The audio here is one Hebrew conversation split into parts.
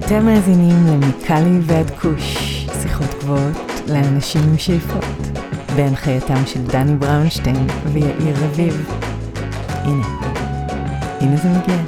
אתם מאזינים למיקלי ועד כוש, שיחות גבוהות לאנשים עם שאיפות, בהנחייתם של דני בראונשטיין ויאיר רביב. הנה זה מגיע.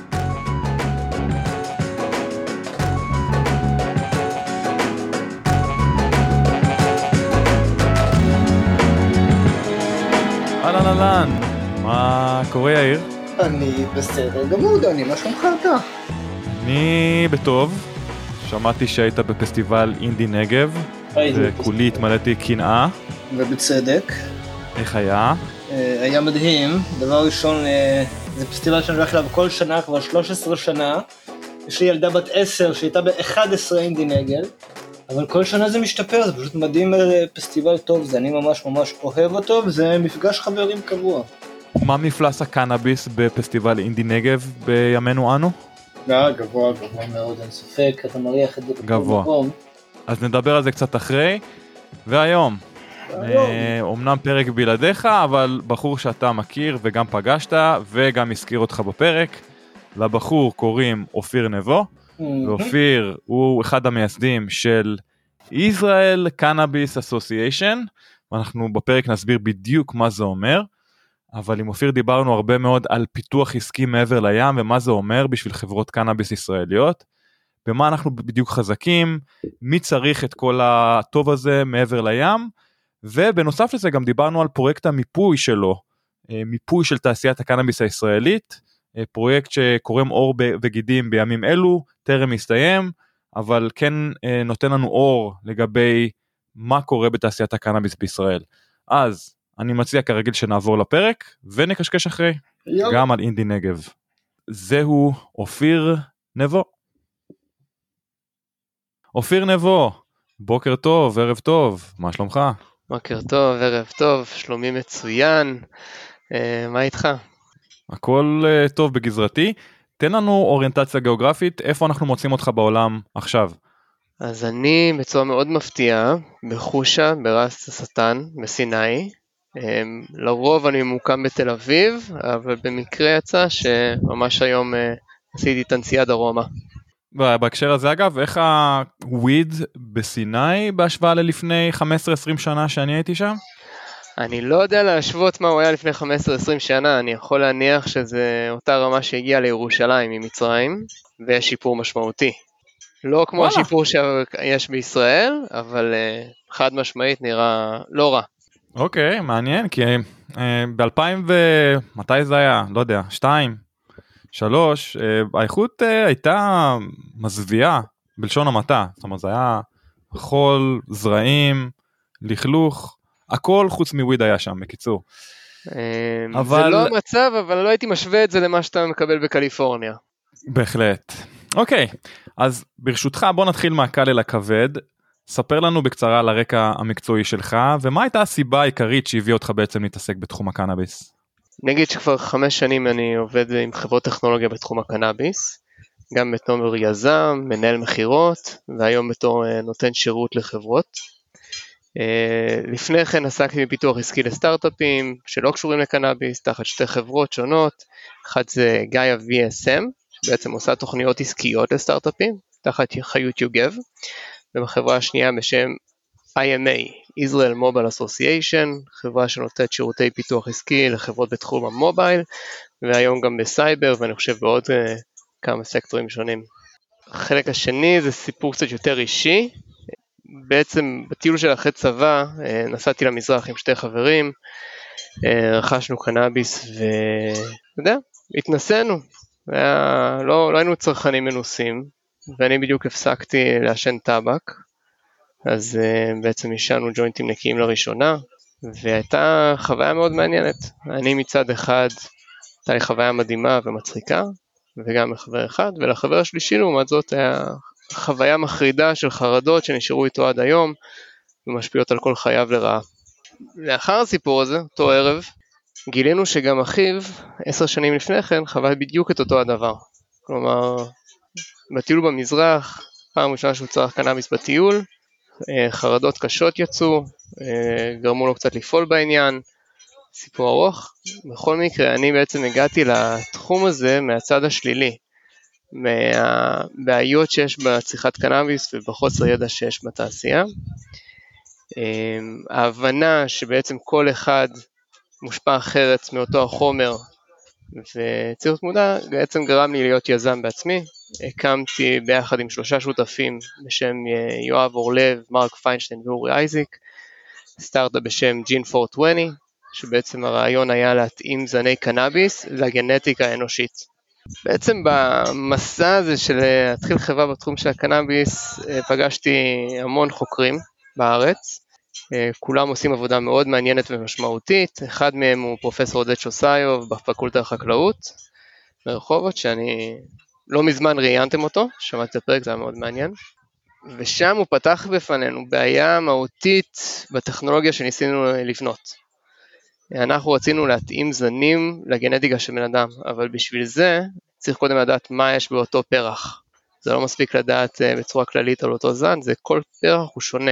אהלן, מה קורה יאיר? אני בסדר גמור דני, מה שלומך אתה? אני בטוב, שמעתי שהיית בפסטיבל אינדי נגב, וכולי התמלאתי קנאה. ובצדק. איך היה? היה מדהים, דבר ראשון, זה פסטיבל שאני הולך אליו כל שנה, כבר 13 שנה, יש לי ילדה בת 10 שהייתה ב-11 אינדי נגב, אבל כל שנה זה משתפר, זה פשוט מדהים, פסטיבל טוב, זה אני ממש אוהב אותו, וזה מפגש חברים קבוע. מה מפלס הקנאביס בפסטיבל אינדי נגב בימינו אנו? גבוה מאוד, אין ספק, אתה מריח את זה בכל מקום. אז נדבר על זה קצת אחרי, והיום, אומנם פרק בלעדיך, אבל בחור שאתה מכיר וגם פגשת, וגם הזכיר אותך בפרק, לבחור קוראים אופיר נבו, ואופיר הוא אחד המייסדים של Israel Cannabis Association, ואנחנו בפרק נסביר בדיוק מה זה אומר, אבל עם אופיר דיברנו הרבה מאוד על פיתוח עסקי מעבר לים, ומה זה אומר בשביל חברות קנאביס ישראליות, במה אנחנו בדיוק חזקים, מי צריך את כל הטוב הזה מעבר לים, ובנוסף לזה גם דיברנו על פרויקט המיפוי שלו, מיפוי של תעשיית הקנאביס הישראלית, פרויקט שקורם אור וגידים בימים אלו, טרם מסתיים, אבל כן נותן לנו אור לגבי מה קורה בתעשיית הקנאביס בישראל. אז אני מציע כרגיל שנעבור לפרק, ונקשקש אחרי, גם על אינדי נגב. זהו אופיר נבו. אופיר נבו, בוקר טוב, ערב טוב, מה שלומך? בוקר טוב, ערב טוב, שלומי מצוין, מה איתך? הכל טוב בגזרתי, תן לנו אוריינטציה גיאוגרפית, איפה אנחנו מוצאים אותך בעולם עכשיו? אז אני בצורה מאוד מפתיעה, בחושה, ברס השטן, בסיני, לרוב אני ממוקם בתל אביב, אבל במקרה יצא שממש היום עשיתי את הנסיעה דרומה. בהקשר הזה אגב, איך הוויד בסיני בהשוואה ללפני 15-20 שנה שאני הייתי שם? אני לא יודע להשוות מה הוא היה לפני 15-20 שנה, אני יכול להניח שזה אותה רמה שהגיעה לירושלים ממצרים, ויש שיפור משמעותי. לא כמו השיפור שיש בישראל, אבל חד משמעית נראה לא רע. אוקיי, מעניין, כי ב-2000 מתי זה היה? לא יודע, 2, 3, האיכות הייתה מזוויעה בלשון המעטה, זאת אומרת זה היה חול, זרעים, לכלוך, הכל חוץ מוויד היה שם, בקיצור. זה לא המצב, אבל לא הייתי משווה את זה למה שאתה מקבל בקליפורניה. בהחלט. אוקיי, אז ברשותך בוא נתחיל מהקל אל הכבד, ספר לנו בקצרה על הרקע המקצועי שלך, ומה הייתה הסיבה העיקרית שהביא אותך בעצם להתעסק בתחום הקנאביס? נגיד שכבר 5 שנים אני עובד עם חברות טכנולוגיה בתחום הקנאביס, גם בתור יזם, מנהל מחירות, והיום בתור נותן שירות לחברות. לפני כן עסקתי בפיתוח עסקי לסטארט-אפים, שלא קשורים לקנאביס, תחת 2 חברות שונות, אחת זה גאיה VSM, שבעצם עושה תוכניות עסקיות לסטארט-אפים, תחת חיות יוגב, ובחברה השנייה בשם IMA, Israel Mobile Association, חברה שנותנת שירותי פיתוח עסקי לחברות בתחום המובייל, והיום גם בסייבר, ואני חושב בעוד כמה סקטורים שונים. החלק השני זה סיפור קצת יותר אישי, בעצם בטיול של אחרי צבא, נסעתי למזרח עם 2 חברים, רכשנו קנאביס ואתה יודע, התנסינו, לא היינו צרכנים מנוסים, ואני בדיוק הפסקתי לעשן טבק, אז בעצם ישנו ג'וינטים נקיים לראשונה, והייתה חוויה מאוד מעניינת. אני מצד אחד, הייתה לי חוויה מדהימה ומצחיקה, וגם לחבר אחד, ולחבר השלישי לעומת זאת היה חוויה מחרידה של חרדות שנשארו איתו עד היום, ומשפיעות על כל חייו לרעה. לאחר הסיפור הזה, אותו ערב, גילינו שגם אחיו, 10 שנים לפני כן, חווה בדיוק את אותו הדבר. כלומר, בטיול במזרח, פעם ראשונה שהוא צרך קנאביס בטיול, חרדות קשות יצאו, גרמו לו קצת לפעול בעניין, סיפור ארוך. בכל מקרה, אני בעצם הגעתי לתחום הזה מהצד השלילי. מהבעיות שיש בצריכת קנאביס ובחוסר ידע שיש בתעשייה. ההבנה שבעצם כל אחד מושפע אחרת מאותו החומר, וצריך מודע בעצם גרם לי להיות יזם בעצמי. הקמתי ביחד עם 3 שותפים בשם יואב אורלב, מרק פיינשטיין ואורי אייזיק, סטארט-אפ בשם Gene420, שבעצם הרעיון היה להתאים זני קנאביס לגנטיקה האנושית. בעצם במסע הזה של להתחיל חברה בתחום של הקנאביס, פגשתי המון חוקרים בארץ, כולם עושים עבודה מאוד מעניינת ומשמעותית. אחד מהם הוא פרופסור עודד שוסיוב בפקולטה לחקלאות ברחובות, שאני לא מזמן ראיינתם אותו, שמעתי את הפרק, זה היה מאוד מעניין. ושם הוא פתח בפנינו בעיה מהותית בטכנולוגיה שניסינו לבנות. אנחנו רצינו להתאים זנים לגנטיקה של בן אדם, אבל בשביל זה צריך קודם לדעת מה יש באותו פרח. זה לא מספיק לדעת בצורה כללית על אותו זן, זה כל פרח הוא שונה.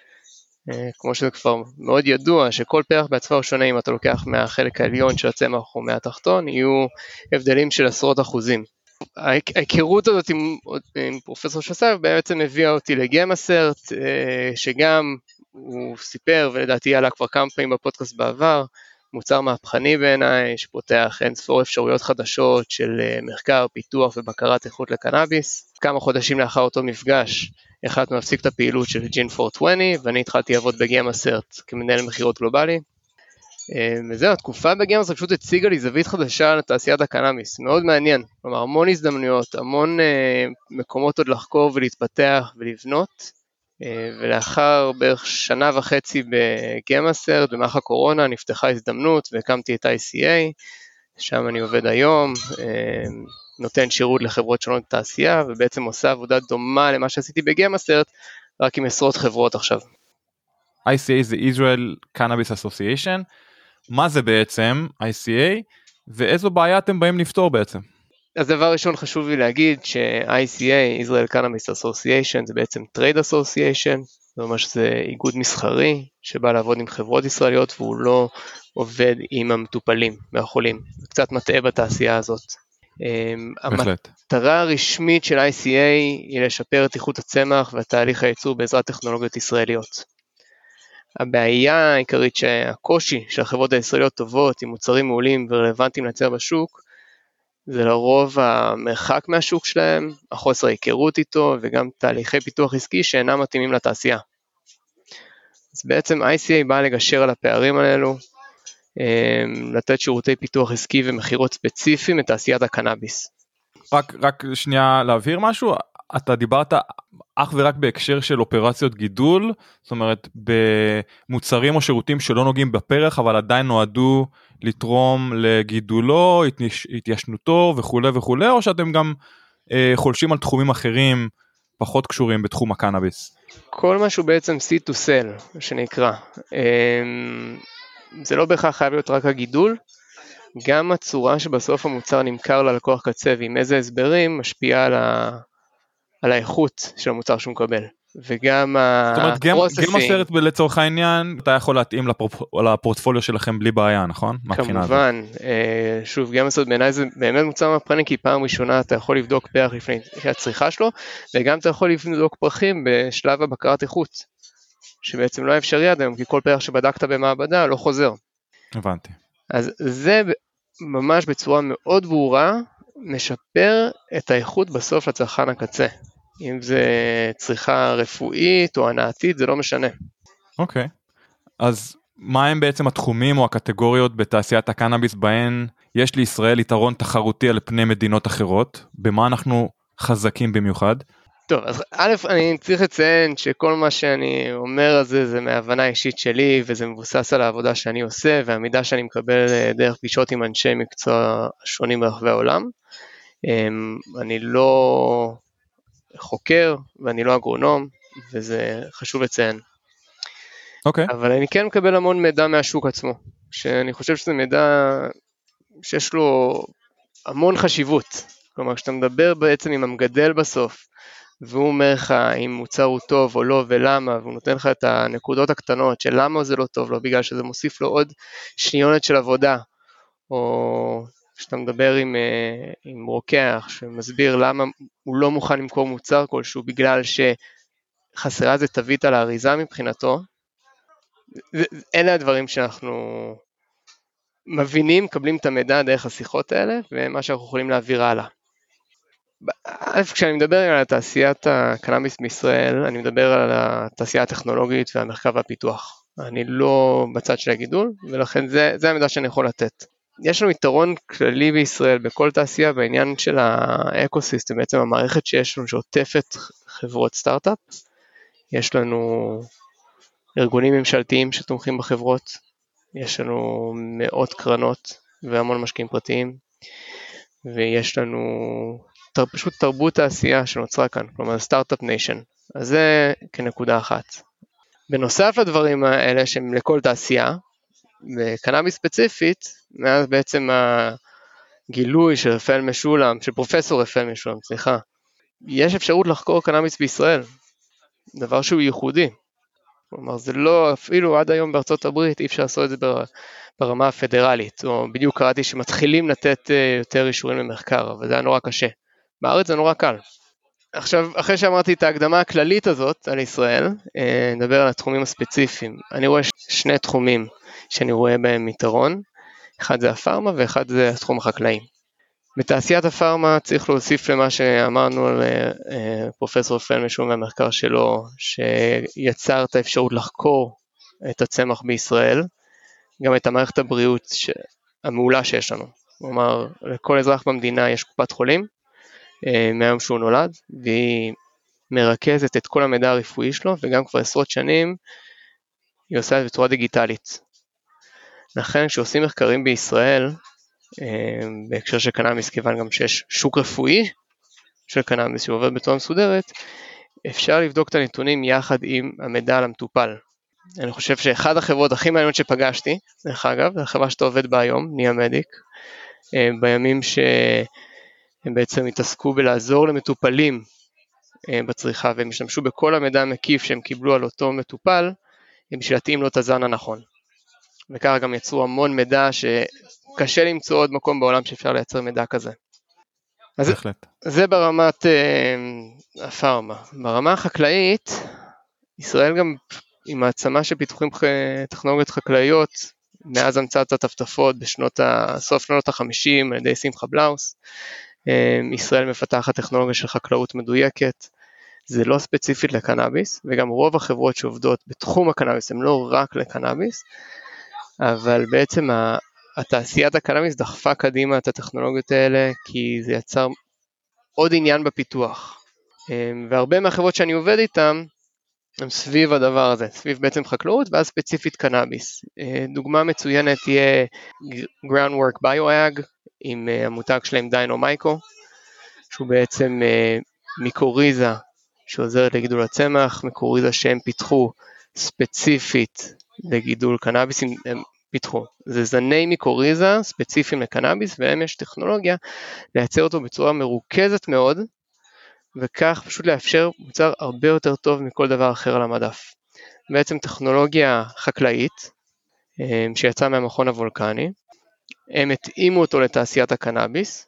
כמו שזה כבר מאוד ידוע, שכל פרח בעצמו הוא שונה, אם אתה לוקח מהחלק העליון של הצמח או מהתחתון, יהיו הבדלים של עשרות אחוזים. ההיכרות הזאת עם פרופסור שסייב בעצם הביאה אותי לגמאסרט, שגם הוא סיפר, ולדעתי עלה כבר כמה פעמים בפודקאסט בעבר, מוצר מהפכני בעיניי, שפותח אין ספור אפשרויות חדשות של מחקר, פיתוח ובקרת איכות לקנאביס. כמה חודשים לאחר אותו מפגש, החלטנו להפסיק את הפעילות של Gene420, ואני התחלתי לעבוד בגמאסרט כמנהל מחירות גלובלי. וזהו, התקופה בגמאסרט פשוט הציגה לי זווית חדשה לתעשיית הקנאביס, מאוד מעניין, כלומר המון הזדמנויות, המון מקומות עוד לחקור ולהתפתח ולבנות, ולאחר בערך 1.5 שנה בגמאסרט, במהלך הקורונה נפתחה הזדמנות והקמתי את ICA, שם אני עובד היום, נותן שירות לחברות שונות בתעשייה, ובעצם עושה עבודה דומה למה שעשיתי בגמאסרט, רק עם עשרות חברות עכשיו. ICA זה Israel Cannabis Association, מה זה בעצם ICA, ואיזו בעיה אתם באים לפתור בעצם? אז דבר ראשון חשוב לי להגיד ש-ICA, Israel Cannabis Association, זה בעצם Trade Association, זאת אומרת שזה איגוד מסחרי, שבא לעבוד עם חברות ישראליות, והוא לא עובד עם המטופלים והחולים, זה קצת מטעה בתעשייה הזאת. המטרה הרשמית של ICA היא לשפר את איכות הצמח והתהליך הייצור בעזרת טכנולוגיות ישראליות. הבעיה העיקרית שהקושי שהחברות הישראליות טובות עם מוצרים מעולים ורלוונטיים לייצר בשוק, זה לרוב המרחק מהשוק שלהם, החוסר היכרות איתו וגם תהליכי פיתוח עסקי שאינם מתאימים לתעשייה. אז בעצם ICA בא לגשר על הפערים האלו, לתת שירותי פיתוח עסקי ומחירות ספציפיים לתעשיית הקנאביס. רק שנייה להבהיר משהו, אתה דיברת אך ורק בהקשר של אופרציות גידול, זאת אומרת במוצרים או שירותים שלא נוגעים בפרח, אבל עדיין נועדו לתרום לגידולו, התיישנותו וכו' וכו', או שאתם גם חולשים על תחומים אחרים פחות קשורים בתחום הקנאביס? כל משהו בעצם seed to sell, שנקרא. זה לא בהכרח חייב להיות רק הגידול, גם הצורה שבסוף המוצר נמכר ללקוח קצה, ועם איזה הסברים משפיעה על האיכות של המוצר שהוא מקבל. וגם הפרוססינג. זאת אומרת, גמאסרט לצורך העניין, אתה יכול להתאים לפורטפוליו שלכם בלי בעיה, נכון? כמובן, שוב, גמאסרט בעיניי זה באמת מוצר מהפכני, כי פעם ראשונה אתה יכול לבדוק פרח לפני הצריכה שלו, וגם אתה יכול לבדוק פרחים בשלב הבקרת איכות, שבעצם לא אפשרי עד היום, כי כל פרח שבדקת במעבדה לא חוזר. הבנתי. אז זה ממש בצורה מאוד ברורה, משפר את האיכות בסוף לצרכן הקצה. אם זה צריכה רפואית או הנעתית, זה לא משנה. אוקיי. אז מה הם בעצם התחומים או הקטגוריות בתעשיית הקנאביס בהן יש לישראל יתרון תחרותי על פני מדינות אחרות? במה אנחנו חזקים במיוחד? טוב, אז א', אני צריך לציין שכל מה שאני אומר על זה, זה מההבנה האישית שלי, וזה מבוסס על העבודה שאני עושה, והמידע שאני מקבל דרך פגישות עם אנשי מקצוע שונים ברחבי העולם. אני לא חוקר, ואני לא אגרונום, וזה חשוב לציין. אוקיי. אבל אני כן מקבל המון מידע מהשוק עצמו, שאני חושב שזה מידע שיש לו המון חשיבות. כלומר, כשאתה מדבר בעצם עם המגדל בסוף, והוא אומר לך אם מוצר הוא טוב או לא ולמה, והוא נותן לך את הנקודות הקטנות של למה זה לא טוב לו, בגלל שזה מוסיף לו עוד שניונת של עבודה, או כשאתה מדבר עם רוקח שמסביר למה הוא לא מוכן למכור מוצר כלשהו, בגלל שחסרה זה תווית על האריזה מבחינתו, אלה הדברים שאנחנו מבינים, קבלים את המידע דרך השיחות האלה, ומה שאנחנו יכולים להעביר הלאה. כשאני מדבר על תעשיית הקנאביס בישראל, אני מדבר על התעשייה הטכנולוגית והמחקר והפיתוח. אני לא בצד של הגידול, ולכן זה המידע שאני יכול לתת. יש לנו יתרון כללי בישראל בכל תעשייה, בעניין של האקוסיסטם, בעצם המערכת שיש לנו שעוטפת חברות סטארט-אפ, יש לנו ארגונים ממשלתיים שתומכים בחברות, יש לנו מאות קרנות והמון משקיעים פרטיים, ויש לנו פשוט תרבות תעשייה שנוצרה כאן, כלומר סטארט-אפ ניישן, אז זה כנקודה אחת. בנוסף לדברים האלה שהם לכל תעשייה, בקנאביס ספציפית, מאז בעצם הגילוי של רפאל משולם, של פרופסור רפאל משולם, סליחה, יש אפשרות לחקור קנאביס בישראל, דבר שהוא ייחודי, כלומר זה לא, אפילו עד היום בארצות הברית אי אפשר לעשות את זה ברמה הפדרלית, או בדיוק קראתי שמתחילים לתת יותר אישורים למחקר, אבל זה היה נורא קשה, בארץ זה נורא קל. עכשיו, אחרי שאמרתי את ההקדמה הכללית הזאת על ישראל, נדבר על התחומים הספציפיים. אני רואה שני תחומים שאני רואה בהם יתרון, אחד זה הפארמה ואחד זה התחום החקלאי. בתעשיית הפארמה צריך להוסיף למה שאמרנו על פרופסור רפאל משולם מהמחקר שלו, שיצר את האפשרות לחקור את הצמח בישראל, גם את המערכת הבריאות המעולה שיש לנו. כלומר, לכל אזרח במדינה יש קופת חולים, מהיום שהוא נולד, והיא מרכזת את כל המידע הרפואי שלו, וגם כבר עשרות שנים היא עושה את זה בצורה דיגיטלית. לכן כשעושים מחקרים בישראל, בהקשר של קנאביס, כיוון גם שיש שוק רפואי של קנאביס שעובד בצורה מסודרת, אפשר לבדוק את הנתונים יחד עם המידע על המטופל. אני חושב שאחד החברות הכי מעניינות שפגשתי, דרך אגב, זה החברה שאתה עובד בה היום, ניה מדיק, בימים הם בעצם התעסקו בלעזור למטופלים בצריכה, והם השתמשו בכל המידע המקיף שהם קיבלו על אותו מטופל, בשביל להתאים לו את הזן הנכון. וככה גם יצרו המון מידע שקשה למצוא עוד מקום בעולם שאפשר לייצר מידע כזה. אז זה ברמת הפארמה. ברמה החקלאית, ישראל גם עם העצמה של פיתוחים טכנולוגיות חקלאיות, מאז המצאת הטפטפות סוף שנות ה-50 על ידי שמחה בלאוס, ישראל מפתחת טכנולוגיה של חקלאות מדויקת, זה לא ספציפית לקנאביס, וגם רוב החברות שעובדות בתחום הקנאביס הן לא רק לקנאביס, אבל בעצם התעשיית הקנאביס דחפה קדימה את הטכנולוגיות האלה, כי זה יצר עוד עניין בפיתוח, והרבה מהחברות שאני עובד איתן, הם סביב הדבר הזה, סביב בעצם חקלאות, ואז ספציפית קנאביס. דוגמה מצוינת תהיה Groundwork BioAg, עם המותג שלהם דיינומייקו, שהוא בעצם מיקוריזה שעוזרת לגידול הצמח, מיקוריזה שהם פיתחו ספציפית לגידול קנאביס, הם פיתחו. זה זני מיקוריזה ספציפיים לקנאביס, והם יש טכנולוגיה לייצר אותו בצורה מרוכזת מאוד, וכך פשוט לאפשר מוצר הרבה יותר טוב מכל דבר אחר על המדף. בעצם טכנולוגיה חקלאית, שיצאה מהמכון הוולקני, הם התאימו אותו לתעשיית הקנאביס,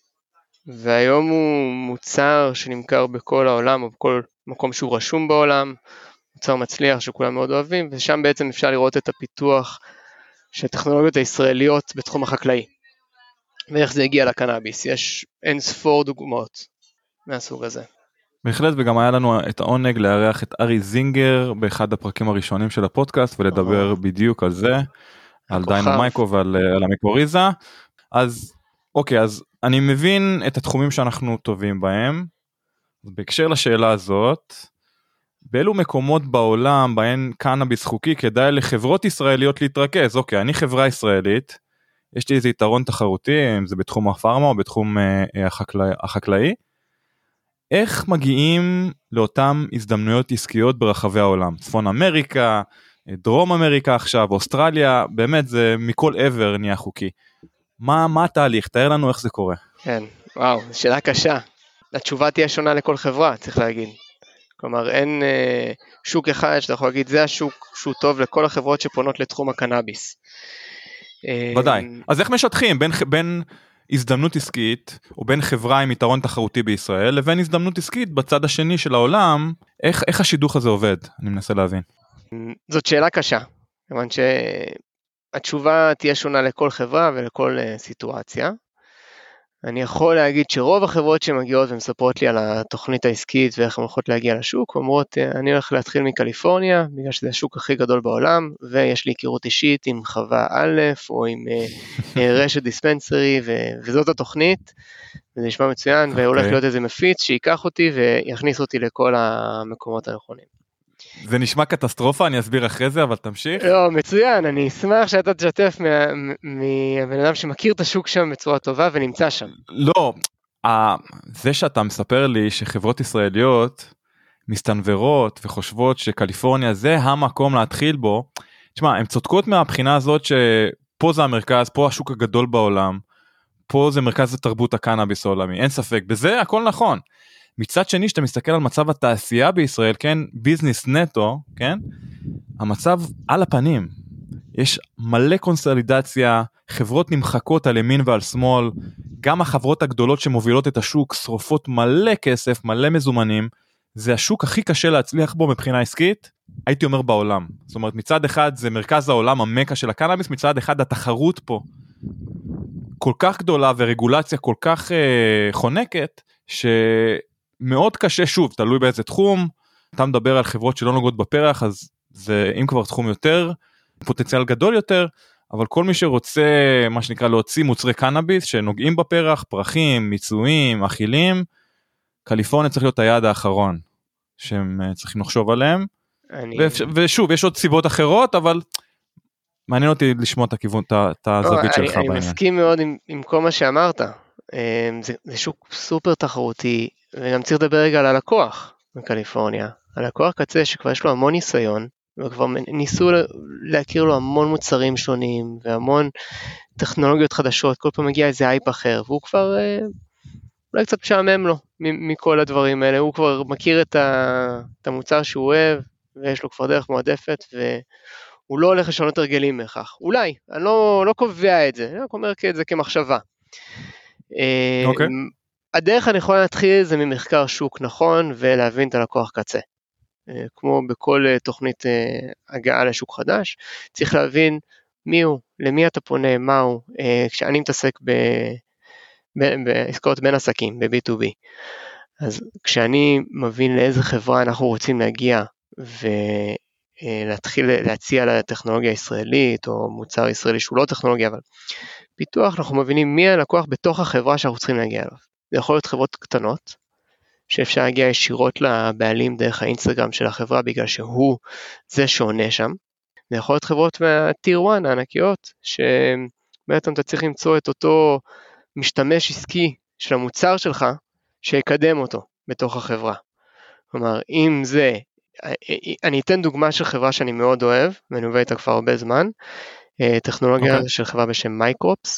והיום הוא מוצר שנמכר בכל העולם, או בכל מקום שהוא רשום בעולם, מוצר מצליח שכולם מאוד אוהבים, ושם בעצם אפשר לראות את הפיתוח של הטכנולוגיות הישראליות בתחום החקלאי, ואיך זה הגיע לקנאביס. יש אין ספור דוגמאות מהסוג הזה. בהחלט, וגם היה לנו את העונג לארח את ארי זינגר באחד הפרקים הראשונים של הפודקאסט, ולדבר בדיוק על זה, על דיינומייקו ועל המיקוריזה. אז אוקיי, אז אני מבין את התחומים שאנחנו טובים בהם. בהקשר לשאלה הזאת, באילו מקומות בעולם בהן קנאביס חוקי כדאי לחברות ישראליות להתרכז? אוקיי, אני חברה ישראלית, יש לי איזה יתרון תחרותי, אם זה בתחום הפארמה או בתחום החקלאי. איך מגיעים לאותן הזדמנויות עסקיות ברחבי העולם? צפון אמריקה, דרום אמריקה עכשיו, אוסטרליה, באמת זה מכל עבר נהיה חוקי. מה התהליך? תאר לנו איך זה קורה. כן, וואו, שאלה קשה. התשובה תהיה שונה לכל חברה, צריך להגיד. כלומר, אין שוק אחד שאתה יכול להגיד, זה השוק שהוא טוב לכל החברות שפונות לתחום הקנאביס. ודאי. אז איך משטחים בין הזדמנות עסקית, או בין חברה עם יתרון תחרותי בישראל, לבין הזדמנות עסקית בצד השני של העולם, איך השידוך הזה עובד? אני מנסה להבין. זאת שאלה קשה, כיוון שהתשובה תהיה שונה לכל חברה ולכל סיטואציה. אני יכול להגיד שרוב החברות שמגיעות ומספרות לי על התוכנית העסקית ואיך הן הולכות להגיע לשוק, אומרות, אני הולך להתחיל מקליפורניה, בגלל שזה השוק הכי גדול בעולם, ויש לי היכרות אישית עם חווה א', או עם רשת דיספנסרי, וזאת התוכנית, וזה נשמע מצוין, והולך להיות איזה מפיץ שיקח אותי ויכניס אותי לכל המקומות הנכונים. זה נשמע קטסטרופה, אני אסביר אחרי זה, אבל תמשיך. לא, מצוין, אני אשמח שאתה תשתף מהבן אדם שמכיר את השוק שם בצורה טובה ונמצא שם. לא, זה שאתה מספר לי שחברות ישראליות מסתנוורות וחושבות שקליפורניה זה המקום להתחיל בו, תשמע, הן צודקות מהבחינה הזאת שפה זה המרכז, פה השוק הגדול בעולם, פה זה מרכז התרבות הקנאביס העולמי, אין ספק, בזה הכל נכון. מצד שני, שאתה מסתכל על מצב התעשייה בישראל, כן, ביזנס נטו, כן, המצב על הפנים, יש מלא קונסולידציה, חברות נמחקות על ימין ועל שמאל, גם החברות הגדולות שמובילות את השוק, שרופות מלא כסף, מלא מזומנים, זה השוק הכי קשה להצליח בו מבחינה עסקית, הייתי אומר בעולם, זאת אומרת, מצד אחד זה מרכז העולם, המקה של הקנאביס, מצד אחד התחרות פה, כל כך גדולה ורגולציה כל כך חונקת, מאוד קשה, שוב, תלוי באיזה תחום, אתה מדבר על חברות שלא נוגעות בפרח, אז זה אם כבר תחום יותר, פוטנציאל גדול יותר, אבל כל מי שרוצה, מה שנקרא, להוציא מוצרי קנאביס, שנוגעים בפרח, פרחים, מיצויים, אכילים, קליפורניה צריך להיות היעד האחרון, שהם צריכים לחשוב עליהם, ושוב, יש עוד סיבות אחרות, אבל מעניין אותי לשמוע את הכיוון, את הזווית שלך בעניין. אני מסכים מאוד עם כל מה שאמרת, זה שוק סופר תחרותי, וגם צריך לדבר רגע על הלקוח בקליפורניה, הלקוח קצה שכבר יש לו המון ניסיון, וכבר ניסו להכיר לו המון מוצרים שונים, והמון טכנולוגיות חדשות, כל פעם מגיע איזה אייפ אחר, והוא כבר אולי קצת משעמם לו מכל הדברים האלה, הוא כבר מכיר את המוצר שהוא אוהב, ויש לו כבר דרך מועדפת, והוא לא הולך לשנות הרגלים מכך, אולי, אני לא קובע את זה, אני רק אומר את זה כמחשבה. אוקיי. הדרך הנכונה להתחיל זה ממחקר שוק נכון ולהבין את הלקוח קצה. כמו בכל תוכנית הגעה לשוק חדש, צריך להבין מי הוא, למי אתה פונה, מה הוא, כשאני מתעסק בעסקאות בין עסקים, ב-B2B. אז כשאני מבין לאיזה חברה אנחנו רוצים להגיע ולהתחיל להציע לטכנולוגיה הישראלית או מוצר ישראלי שהוא לא טכנולוגיה, אבל פיתוח אנחנו מבינים מי הלקוח בתוך החברה שאנחנו צריכים להגיע אליו. זה יכול להיות חברות קטנות, שאפשר להגיע ישירות לבעלים דרך האינסטגרם של החברה, בגלל שהוא זה שעונה שם. זה יכול להיות חברות מהטיר 1 הענקיות, שבעצם אתה צריך למצוא את אותו משתמש עסקי של המוצר שלך, שיקדם אותו בתוך החברה. כלומר, אם זה, אני אתן דוגמה של חברה שאני מאוד אוהב, ואני עובד איתה כבר הרבה זמן, טכנולוגיה של חברה בשם מייקרופס,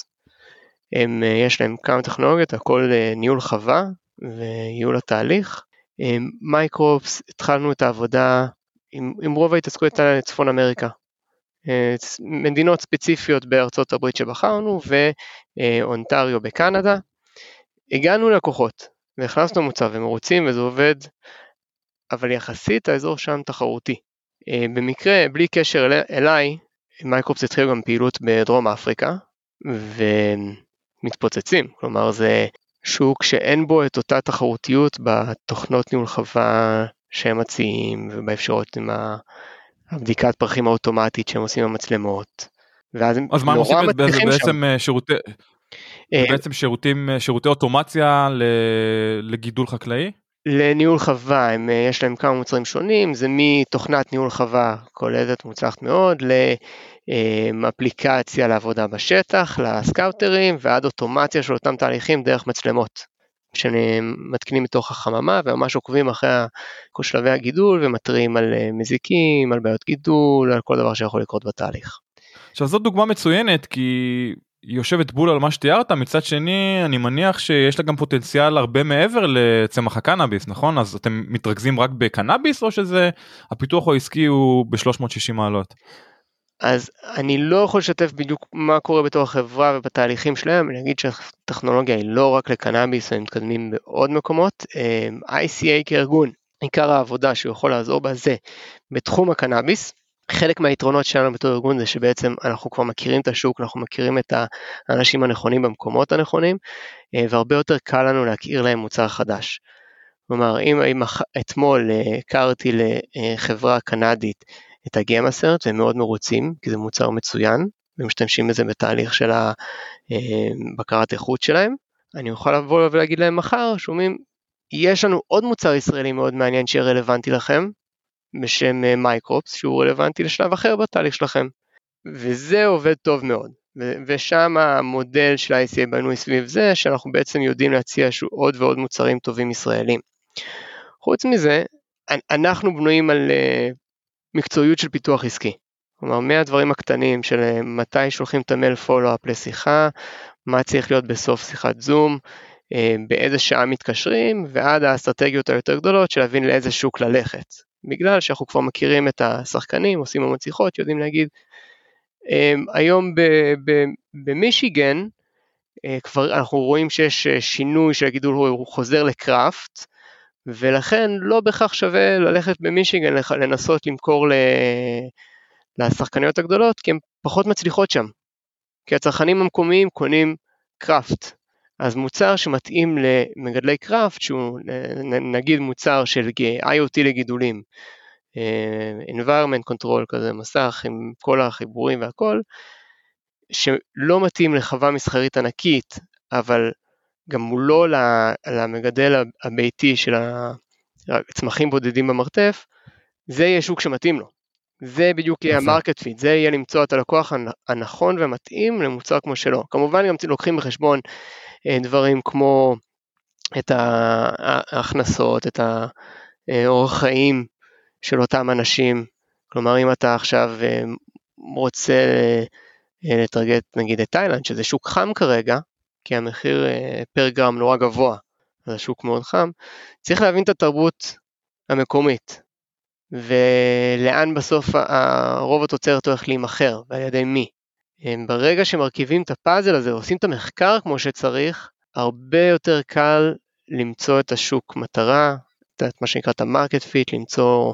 יש להם כמה טכנולוגיות, הכל ניהול חווה וייעול התהליך. מייקרופס, התחלנו את העבודה עם רוב ההתעסקות לצפון אמריקה, מדינות ספציפיות בארצות הברית שבחרנו, ואונטריו בקנדה. הגענו ללקוחות, והכנסנו מוצר ומרוצים וזה עובד, אבל יחסית האזור שם תחרותי. במקרה, בלי קשר אליי, מייקרופס התחיל גם פעילות בדרום אפריקה, ומתפוצצים, כלומר זה שוק שאין בו את אותה תחרותיות בתוכנות ניהול חווה שהם מציעים, ובאפשרות עם הבדיקת פרחים האוטומטית שהם עושים עם המצלמות. אז מה הם עושים בעצם שירותי אוטומציה לגידול חקלאי? לניהול חווה, יש להם כמה מוצרים שונים, זה מתוכנת ניהול חווה קולטת מוצלחת מאוד, לאפליקציה לעבודה בשטח, לסקאוטרים, ועד אוטומציה של אותם תהליכים דרך מצלמות, שמתקינים מתוך החממה, וממש עוקבים אחרי כל שלבי הגידול, ומתריעים על מזיקים, על בעיות גידול, על כל דבר שיכול לקרות בתהליך. עכשיו זאת דוגמה מצוינת, כי היא יושבת בול על מה שתיארת, מצד שני אני מניח שיש לה גם פוטנציאל הרבה מעבר לצמח הקנאביס, נכון? אז אתם מתרכזים רק בקנאביס, או שזה הפיתוח העסקי הוא ב-360 מעלות? אז אני לא יכול לשתף בדיוק מה קורה בתור החברה ובתהליכים שלהם, אני אגיד שהטכנולוגיה היא לא רק לקנאביס, הם מתקדמים בעוד מקומות, ICA כארגון, עיקר העבודה שהוא יכול לעזור בזה בתחום הקנאביס, חלק מהיתרונות שלנו בתור ארגון זה שבעצם אנחנו כבר מכירים את השוק, אנחנו מכירים את האנשים הנכונים במקומות הנכונים, והרבה יותר קל לנו להכיר להם מוצר חדש. כלומר, אם אתמול הכרתי לחברה קנדית את הגמאסרט, והם מאוד מרוצים, כי זה מוצר מצוין, ומשתמשים בזה בתהליך של בקרת איכות שלהם, אני יכול לבוא ולהגיד להם מחר, שומעים, יש לנו עוד מוצר ישראלי מאוד מעניין שיהיה רלוונטי לכם, בשם מייקרופס, שהוא רלוונטי לשלב אחר בתהליך שלכם, וזה עובד טוב מאוד, ושם המודל של ה-ICA בנוי סביב זה, שאנחנו בעצם יודעים להציע עוד ועוד מוצרים טובים ישראלים. חוץ מזה, אנחנו בנויים על מקצועיות של פיתוח עסקי, כלומר, מהדברים הקטנים של מתי שולחים את המייל פולו-אפ לשיחה, מה צריך להיות בסוף שיחת זום, באיזה שעה מתקשרים, ועד האסטרטגיות היותר גדולות של להבין לאיזה שוק ללכת. בגלל שאנחנו כבר מכירים את השחקנים, עושים המון שיחות, יודעים להגיד, היום במישיגן, כבר אנחנו רואים שיש שינוי של הגידול, הוא חוזר לקראפט, ולכן לא בכך שווה ללכת במישיגן, לנסות למכור לשחקניות הגדולות, כי הן פחות מצליחות שם. כי הצרכנים המקומיים קונים קראפט. אז מוצר שמתאים למגדלי קראפט, שהוא נגיד מוצר של IoT לגידולים, environment control כזה, מסך עם כל החיבורים והכל, שלא מתאים לחווה מסחרית ענקית, אבל גם מולו למגדל הביתי של הצמחים בודדים במרתף, זה יהיה שוק שמתאים לו. זה בדיוק יהיה המרקט פיט, זה יהיה למצוא את הלקוח הנכון ומתאים למוצר כמו שלו. כמובן גם לוקחים בחשבון דברים כמו את ההכנסות, את האורח חיים של אותם אנשים, כלומר אם אתה עכשיו רוצה לטרגט נגיד את תאילנד, שזה שוק חם כרגע, כי המחיר פר גרם נורא גבוה, זה שוק מאוד חם, צריך להבין את התרבות המקומית, ולאן בסוף הרוב התוצרת הולך להימחר, ועל ידי מי. ברגע שמרכיבים את הפאזל הזה, ועושים את המחקר כמו שצריך, הרבה יותר קל למצוא את השוק מטרה, את מה שנקרא את המרקט פיט, למצוא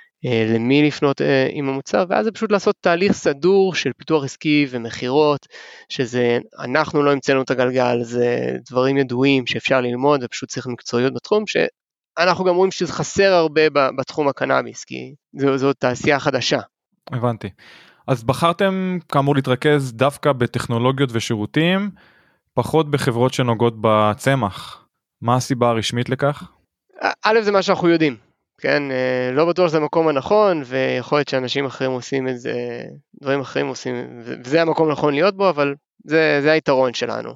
למי לפנות עם המוצר, ואז זה פשוט לעשות תהליך סדור של פיתוח עסקי ומחירות, שזה אנחנו לא המצאנו את הגלגל, זה דברים ידועים שאפשר ללמוד, ופשוט צריך מקצועיות בתחום, שאנחנו גם רואים שזה חסר הרבה בתחום הקנאביס, כי זו תעשייה חדשה. הבנתי. אז בחרתם כאמור להתרכז דווקא בטכנולוגיות ושירותים, פחות בחברות שנוגעות בצמח. מה הסיבה הרשמית לכך? א', זה מה שאנחנו יודעים. כן, לא בטוח שזה המקום הנכון, ויכול להיות שאנשים אחרים עושים את זה, דברים אחרים עושים, וזה המקום הנכון להיות בו, אבל זה היתרון שלנו.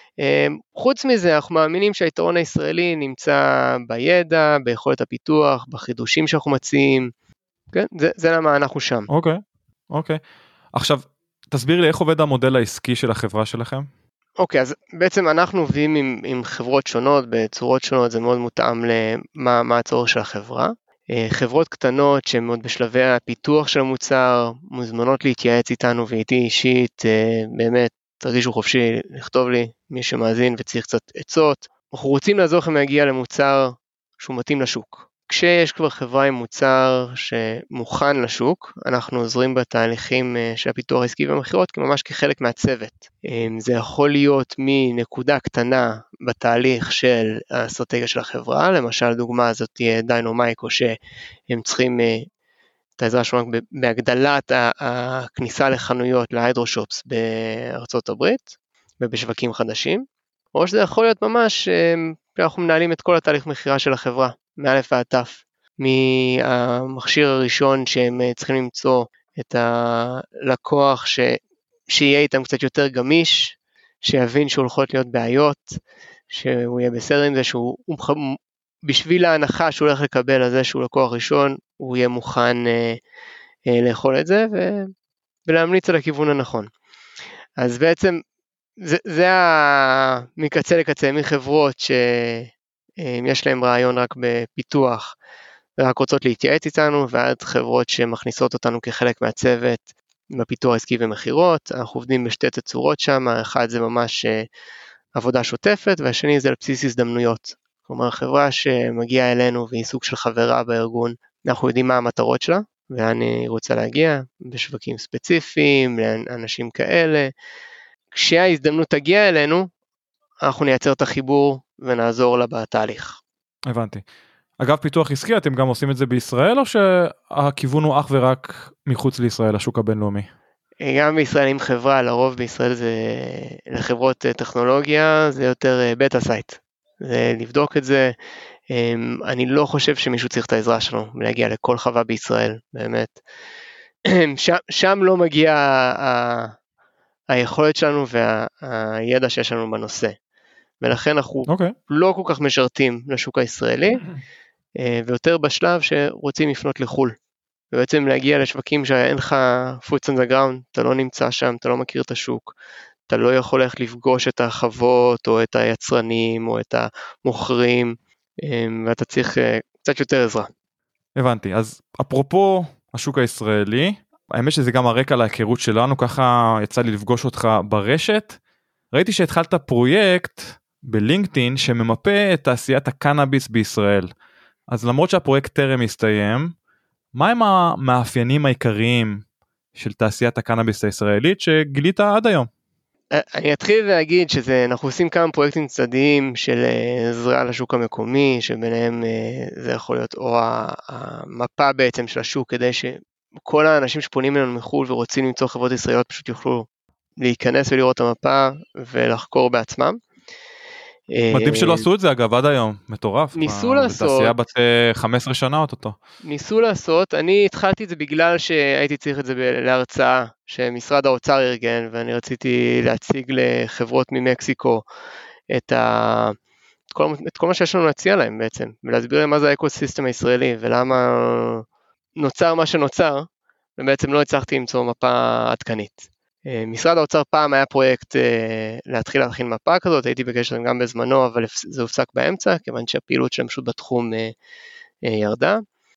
חוץ מזה, אנחנו מאמינים שהיתרון הישראלי נמצא בידע, ביכולת הפיתוח, בחידושים שאנחנו מציעים, כן, זה למה אנחנו שם. אוקיי. עכשיו, תסביר לי איך עובד המודל העסקי של החברה שלכם? אוקיי, אז בעצם אנחנו עובדים עם חברות שונות, בצורות שונות, זה מאוד מותאם למה הצורך של החברה. חברות קטנות שהן מאוד בשלבי הפיתוח של המוצר, מוזמנות להתייעץ איתנו ואיתי אישית, באמת תרגישו חופשי לכתוב לי, מי שמאזין וצריך קצת עצות. אנחנו רוצים לעזור לכם להגיע למוצר שהוא מתאים לשוק. כשיש כבר חברה עם מוצר שמוכן לשוק, אנחנו עוזרים בתהליכים של הפיתוח העסקי והמחירות, ממש כחלק מהצוות. זה יכול להיות מנקודה קטנה בתהליך של האסטרטגיה של החברה, למשל דוגמה הזאת תהיה דיינומייקו, שהם צריכים את העזרה שלנו בהגדלת הכניסה לחנויות, להיידרושופס בארצות הברית, ובשווקים חדשים, או שזה יכול להיות ממש, אנחנו מנהלים את כל התהליך מחירה של החברה, מאלף ועד תף, מהמכשיר הראשון שהם צריכים למצוא את הלקוח שיהיה איתם קצת יותר גמיש, שיבין שהולכות להיות בעיות, שהוא יהיה בסדר עם זה, שהוא בשביל ההנחה שהוא הולך לקבל על זה שהוא לקוח ראשון, הוא יהיה מוכן לאכול את זה ולהמליץ על הכיוון הנכון. אז בעצם זה מקצה לקצה, מחברות יש להם רעיון רק בפיתוח, ורק רוצות להתייעץ איתנו, ועד חברות שמכניסות אותנו כחלק מהצוות, בפיתוח עסקי ומחירות, אנחנו עובדים בשתי תצורות שם, אחד זה ממש עבודה שוטפת, והשני זה על בסיס הזדמנויות. כלומר, חברה שמגיעה אלינו והיא סוג של חברה בארגון, אנחנו יודעים מה המטרות שלה, לאן היא רוצה להגיע, בשווקים ספציפיים, לאנשים כאלה. כשההזדמנות תגיע אלינו, אנחנו נייצר את החיבור ונעזור לה בתהליך. הבנתי. אגב, פיתוח עסקי, אתם גם עושים את זה בישראל, או שהכיוון הוא אך ורק מחוץ לישראל, השוק הבינלאומי? גם בישראל עם חברה, לרוב בישראל זה לחברות טכנולוגיה, זה יותר בטה סייט. זה לבדוק את זה. אני לא חושב שמישהו צריך את העזרה שלנו, להגיע לכל חווה בישראל, באמת. שם לא מגיע היכולת שלנו והידע שיש לנו בנושא. ולכן אנחנו לא כל כך משרתים לשוק הישראלי, ויותר בשלב שרוצים לפנות לחול. ובעצם להגיע לשווקים שאין לך foots on the ground, אתה לא נמצא שם, אתה לא מכיר את השוק, אתה לא יכול איך לפגוש את החוות, או את היצרנים, או את המוכרים, ואתה צריך קצת יותר עזרה. הבנתי, אז אפרופו השוק הישראלי, האמת שזה גם הרקע להיכרות שלנו, ככה יצא לי לפגוש אותך ברשת, ראיתי שהתחלת פרויקט בלינקדאין שממפה את תעשיית הקנאביס בישראל, אז למרות שהפרויקט טרם הסתיים, מה הם המאפיינים העיקריים של תעשיית הקנאביס הישראלית שגילית עד היום? אני אתחיל להגיד שאנחנו עושים כמה פרויקטים צדדיים של עזרה לשוק המקומי, שביניהם זה יכול להיות או המפה בעצם של השוק, כדי שכל האנשים שפונים אלינו מחו"ל ורוצים למצוא חברות ישראליות פשוט יוכלו להיכנס ולראות את המפה ולחקור בעצמם. מדהים שלא עשו את זה אגב עד היום, מטורף. ניסו לעשות. תעשייה בת 15 שנה אותו. ניסו לעשות, אני התחלתי את זה בגלל שהייתי צריך את זה להרצאה שמשרד האוצר ארגן, ואני רציתי להציג לחברות ממקסיקו את כל מה שיש לנו להציע להם בעצם, ולהסביר להם מה זה האקוסיסטם הישראלי, ולמה נוצר מה שנוצר, ובעצם לא הצלחתי למצוא מפה עדכנית. משרד האוצר פעם היה פרויקט להתחיל להכין מפה כזאת, הייתי בקשר גם בזמנו, אבל זה הופסק באמצע, כיוון שהפעילות שלהם פשוט בתחום ירדה.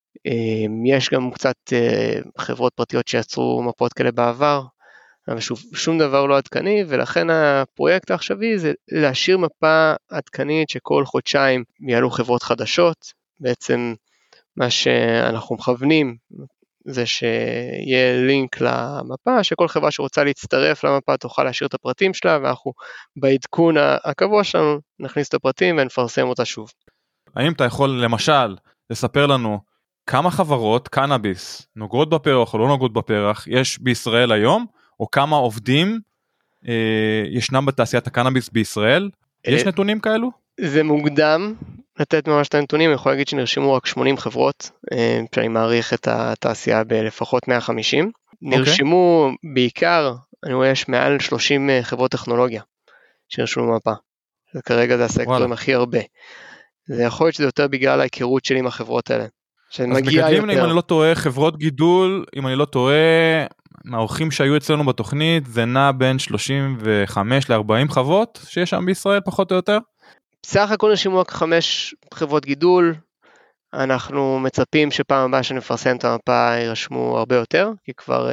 יש גם קצת חברות פרטיות שיצרו מפות כאלה בעבר, אבל שום דבר לא עדכני, ולכן הפרויקט העכשווי זה להשאיר מפה עדכנית שכל חודשיים יעלו חברות חדשות, בעצם מה שאנחנו מכוונים, זה שיהיה לינק למפה, שכל חברה שרוצה להצטרף למפה תוכל להשאיר את הפרטים שלה, ואנחנו בעדכון הקבוע שלנו נכניס את הפרטים ונפרסם אותה שוב. האם אתה יכול למשל לספר לנו כמה חברות קנאביס נוגעות בפרח או לא נוגעות בפרח יש בישראל היום, או כמה עובדים ישנם בתעשיית הקנאביס בישראל? יש נתונים כאלו? זה מוקדם לתת ממש את הנתונים, אני יכול להגיד שנרשמו רק 80 חברות, שאני מעריך את התעשייה בלפחות 150. נרשמו בעיקר, אני רואה יש מעל 30 חברות טכנולוגיה שנרשמו במפה. כרגע זה הסקטורים הכי הרבה. זה יכול להיות שזה יותר בגלל ההיכרות שלי עם החברות האלה. אז מגדלים, אם אני לא טועה, חברות גידול, אם אני לא טועה, מהאורחים שהיו אצלנו בתוכנית, זה נע בין 35 ל-40 חוות שיש שם בישראל, פחות או יותר? בסך הכל נרשמו רק 5 חברות גידול, אנחנו מצפים שפעם הבאה שנפרסם את המפה יירשמו הרבה יותר, כי כבר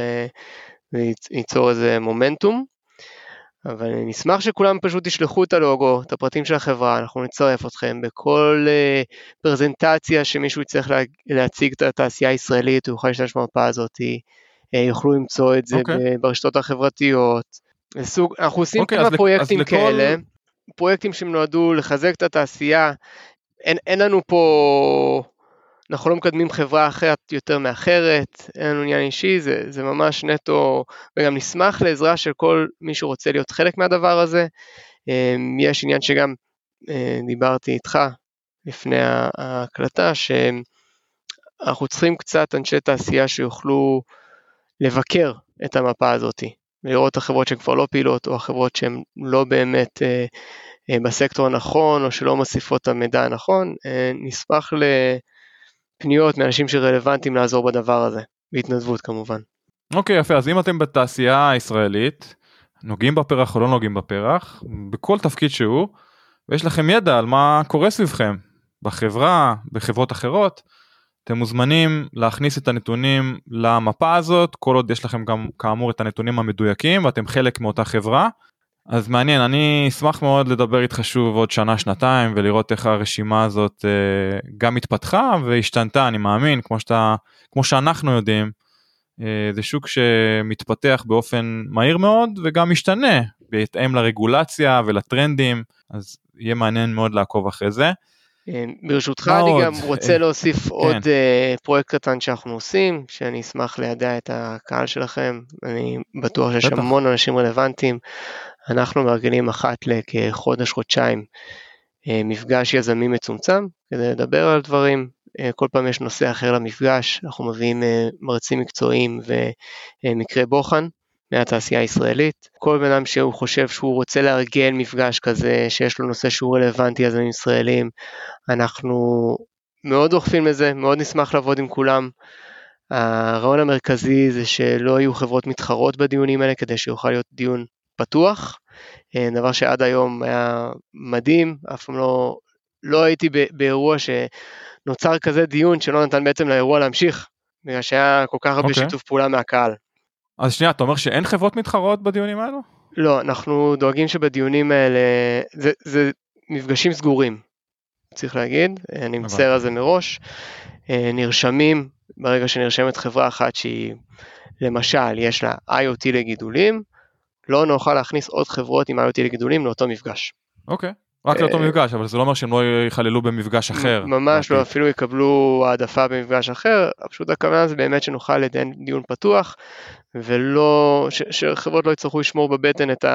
ייצור איזה מומנטום, אבל אני נשמח שכולם פשוט ישלחו את הלוגו, את הפרטים של החברה, אנחנו נצרף אתכם בכל פרזנטציה שמישהו יצטרך להציג את התעשייה הישראלית, הוא יוכל להשתמש במפה הזאת, יוכלו למצוא את זה ברשתות החברתיות, אנחנו עושים כמה פרויקטים כאלה, פרויקטים שנועדו לחזק את התעשייה, אין לנו פה, אנחנו לא מקדמים חברה אחרת יותר מאחרת, אין לנו עניין אישי, זה ממש נטו, וגם נשמח לעזרה של כל מי שרוצה להיות חלק מהדבר הזה, יש עניין שגם דיברתי איתך לפני ההקלטה, שאנחנו צריכים קצת אנשי תעשייה שיוכלו לבקר את המפה הזאת, ולראות את החברות שהן כבר לא פעילות, או החברות שהן לא באמת בסקטור הנכון, או שלא מוסיפות את המידע הנכון, נשמח לפניות מאנשים שרלוונטיים לעזור בדבר הזה, בהתנדבות כמובן. אוקיי, יפה, אז אם אתם בתעשייה הישראלית, נוגעים בפרח או לא נוגעים בפרח, בכל תפקיד שהוא, ויש לכם ידע על מה קורה סביבכם, בחברה, בחברות אחרות, אתם מוזמנים להכניס את הנתונים למפה הזאת, כל עוד יש לכם גם כאמור את הנתונים המדויקים, ואתם חלק מאותה חברה. אז מעניין, אני אשמח מאוד לדבר איתך שוב עוד שנה, שנתיים, ולראות איך הרשימה הזאת גם התפתחה והשתנתה, אני מאמין, כמו שאנחנו יודעים, זה שוק שמתפתח באופן מהיר מאוד, וגם משתנה, בהתאם לרגולציה ולטרנדים, אז יהיה מעניין מאוד לעקוב אחרי זה. ברשותך אני גם רוצה להוסיף עוד פרויקט קטן שאנחנו עושים, שאני אשמח לידע את הקהל שלכם, אני בטוח שיש המון אנשים רלוונטיים, אנחנו מארגנים אחת לכחודש, חודשיים, מפגש יזמי מצומצם, כדי לדבר על דברים, כל פעם יש נושא אחר למפגש, אנחנו מביאים מרצים מקצועיים ומקרי בוחן, מהתעשייה הישראלית, כל בן אדם שהוא חושב שהוא רוצה לארגן מפגש כזה, שיש לו נושא שהוא רלוונטי יזמים ישראלים, אנחנו מאוד דוחפים לזה, מאוד נשמח לעבוד עם כולם, הרעיון המרכזי זה שלא יהיו חברות מתחרות בדיונים האלה, כדי שיוכל להיות דיון פתוח, דבר שעד היום היה מדהים, אף פעם לא הייתי באירוע שנוצר כזה דיון, שלא נתן בעצם לאירוע להמשיך, בגלל שהיה כל כך הרבה שיתוף פעולה מהקהל. אז שנייה, אתה אומר שאין חברות מתחרות בדיונים האלו? לא, אנחנו דואגים שבדיונים האלה, זה מפגשים סגורים, צריך להגיד, אני מצטער על זה מראש, נרשמים, ברגע שנרשמת חברה אחת שהיא, למשל, יש לה IoT לגידולים, לא נוכל להכניס עוד חברות עם IoT לגידולים לאותו מפגש. אוקיי, רק לאותו מפגש, אבל זה לא אומר שהם לא יכללו במפגש אחר. ממש לא, אפילו יקבלו העדפה במפגש אחר, פשוט הכוונה זה באמת שנוכל לדין דיון פתוח, ולא, שחברות לא יצטרכו לשמור בבטן את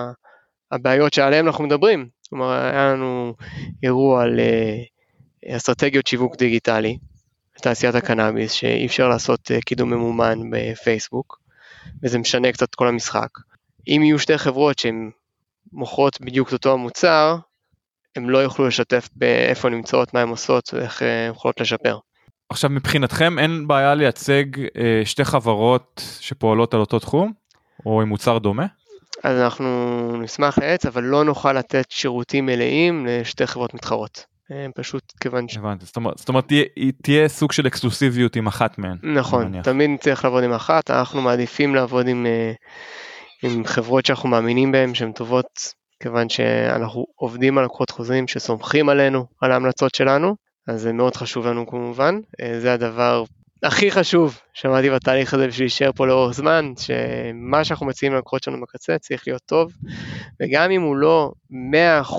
הבעיות שעליהן אנחנו מדברים. כלומר, היה לנו אירוע על אסטרטגיות שיווק דיגיטלי, תעשיית הקנאביס, שאי אפשר לעשות קידום ממומן בפייסבוק, וזה משנה קצת כל המשחק. אם יהיו שתי חברות שהן מוכרות בדיוק את אותו המוצר, הם לא יוכלו לשתף באיפה נמצאות, מה הן עושות, ואיך הן יכולות לשפר. עכשיו מבחינתכם אין בעיה לייצג שתי חברות שפועלות על אותו תחום, או עם מוצר דומה? אז אנחנו נשמח לעץ, אבל לא נוכל לתת שירותים מלאים לשתי חברות מתחרות. פשוט כיוון ש... הבנתי, זאת אומרת תהיה סוג של אקסקלוסיביות עם אחת מהן. נכון, תמיד צריך לעבוד עם אחת, אנחנו מעדיפים לעבוד עם חברות שאנחנו מאמינים בהן, שהן טובות, כיוון שאנחנו עובדים על לקוחות חוזרים שסומכים עלינו, על ההמלצות שלנו, אז זה מאוד חשוב לנו כמובן, זה הדבר הכי חשוב שמעתי בתהליך הזה בשביל להישאר פה לאורך זמן, שמה שאנחנו מציעים ללקוחות שלנו בקצה צריך להיות טוב, וגם אם הוא לא 100%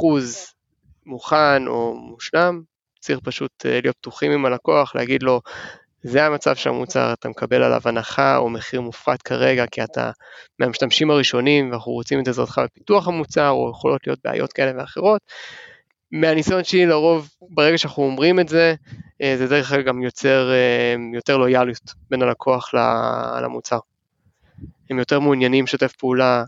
מוכן או מושלם, צריך פשוט להיות פתוחים עם הלקוח, להגיד לו, זה המצב של המוצר, אתה מקבל עליו הנחה או מחיר מופחת כרגע, כי אתה מהמשתמשים הראשונים, ואנחנו רוצים את עזרתך בפיתוח המוצר, או יכולות להיות בעיות כאלה ואחרות. מהניסיון שלי לרוב, ברגע שאנחנו אומרים את זה, זה דרך כלל גם יוצר יותר לויאליות בין הלקוח למוצר. הם יותר מעוניינים לשתף פעולה,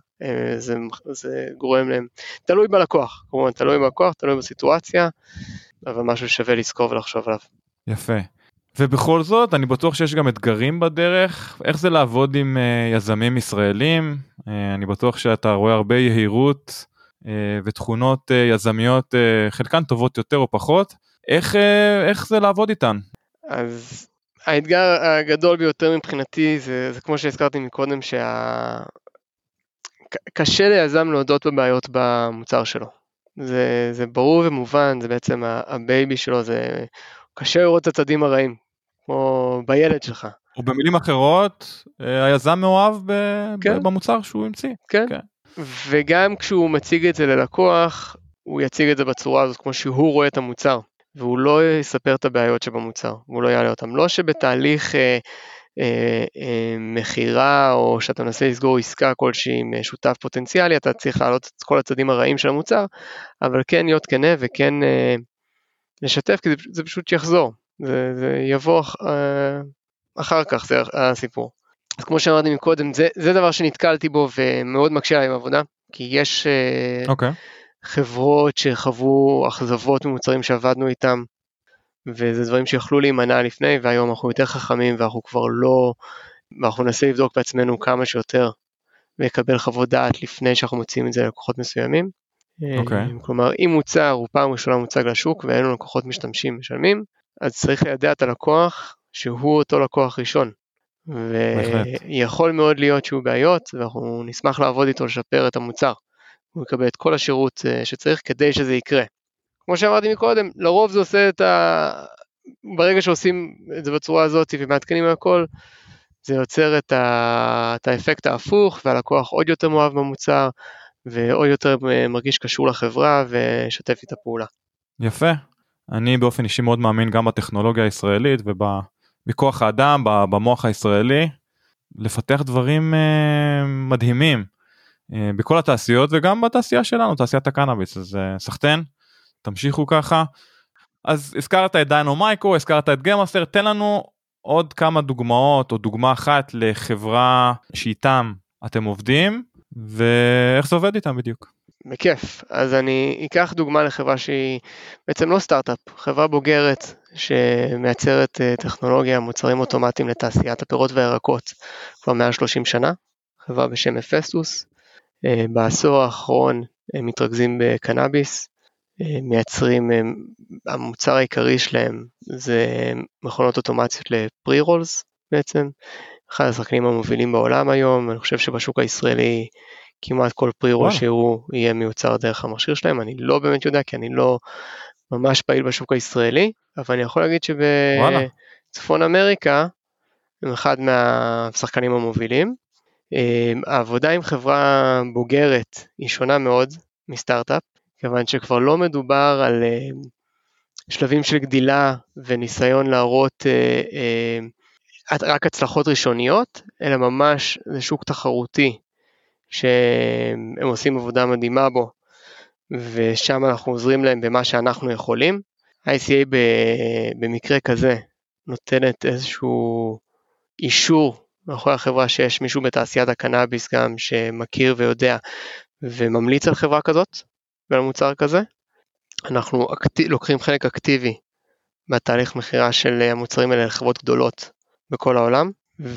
זה גורם להם, תלוי בלקוח, כמובן תלוי בלקוח, תלוי בסיטואציה, אבל משהו שווה לזכור ולחשוב עליו. יפה. ובכל זאת, אני בטוח שיש גם אתגרים בדרך, איך זה לעבוד עם יזמים ישראלים, אני בטוח שאתה רואה הרבה יהירות ותכונות יזמיות, חלקן טובות יותר או פחות, איך זה לעבוד איתן? אז האתגר הגדול ביותר מבחינתי, זה כמו שהזכרתי מקודם, קשה ליזם להודות בבעיות במוצר שלו, זה ברור ומובן, זה בעצם הבייבי שלו, זה קשה לראות את הצדים הרעים, כמו בילד שלך. ובמילים אחרות, היזם מאוהב במוצר שהוא המציא. כן, וגם כשהוא מציג את זה ללקוח, הוא יציג את זה בצורה הזאת, כמו שהוא רואה את המוצר, והוא לא יספר את הבעיות שבמוצר, והוא לא יעלה אותם. לא שבתהליך מחירה, או שאתה מנסה לסגור עסקה כלשהי עם שותף פוטנציאלי, אתה צריך להעלות את כל הצדים הרעים של המוצר, אבל כן להיות כנה וכן לשתף, כי זה פשוט יחזור, זה יבוא אחר כך, זה הסיפור. אז כמו שאמרתי מקודם, זה דבר שנתקלתי בו ומאוד מקשה עליי בעבודה, כי יש חברות שחוו אכזבות ממוצרים שעבדנו איתם, וזה דברים שיכלו להימנע לפני, והיום אנחנו יותר חכמים, ואנחנו כבר לא, ואנחנו ננסה לבדוק בעצמנו כמה שיותר, ויקבל חוות דעת לפני שאנחנו מוצאים את זה ללקוחות מסוימים. כלומר, אם מוצר הוא פעם ראשונה מוצג לשוק, ואין לנו לקוחות משתמשים משלמים, אז צריך לידע את הלקוח שהוא אותו לקוח ראשון. ויכול מאוד להיות שהוא בעיות, ואנחנו נשמח לעבוד איתו לשפר את המוצר. הוא יקבל את כל השירות שצריך כדי שזה יקרה. כמו שאמרתי מקודם, לרוב זה עושה ברגע שעושים את זה בצורה הזאת ומעדכנים הכל, זה יוצר את האפקט ההפוך, והלקוח עוד יותר מאוהב במוצר, ועוד יותר מרגיש קשור לחברה ושתף איתה פעולה. יפה. אני באופן אישי מאוד מאמין גם בטכנולוגיה הישראלית ובכוח האדם, במוח הישראלי, לפתח דברים מדהימים בכל התעשיות וגם בתעשייה שלנו, תעשיית הקנאביס. אז סחטן, תמשיכו ככה. אז הזכרת את דיינומייקרו, הזכרת את גיימאסטר, תן לנו עוד כמה דוגמאות או דוגמה אחת לחברה שאיתם אתם עובדים ואיך זה עובד איתם בדיוק. בכיף. אז אני אקח דוגמה לחברה שהיא בעצם לא סטארט-אפ, חברה בוגרת שמייצרת טכנולוגיה, מוצרים אוטומטיים לתעשיית הפירות והירקות כבר 130 שנה, חברה בשם אפסטוס. בעשור האחרון הם מתרכזים בקנאביס, מייצרים, המוצר העיקרי שלהם זה מכונות אוטומציות לפרי-רולס בעצם, אחד השחקנים המובילים בעולם היום. אני חושב שבשוק הישראלי כמעט כל פרי-רול שהוא יהיה מיוצר דרך המכשיר שלהם, אני לא באמת יודע כי אני לא ממש פעיל בשוק הישראלי, אבל אני יכול להגיד שבצפון אמריקה הם אחד מהשחקנים המובילים. העבודה עם חברה בוגרת היא שונה מאוד מסטארט-אפ, כיוון שכבר לא מדובר על שלבים של גדילה וניסיון להראות רק הצלחות ראשוניות, אלא ממש זה שוק תחרותי שהם עושים עבודה מדהימה בו, ושם אנחנו עוזרים להם במה שאנחנו יכולים. ICA במקרה כזה נותנת איזשהו אישור מאחורי החברה שיש מישהו בתעשיית הקנאביס גם שמכיר ויודע וממליץ על חברה כזאת ועל מוצר כזה. אנחנו לוקחים חלק אקטיבי בתהליך מחירה של המוצרים האלה לחברות גדולות בכל העולם,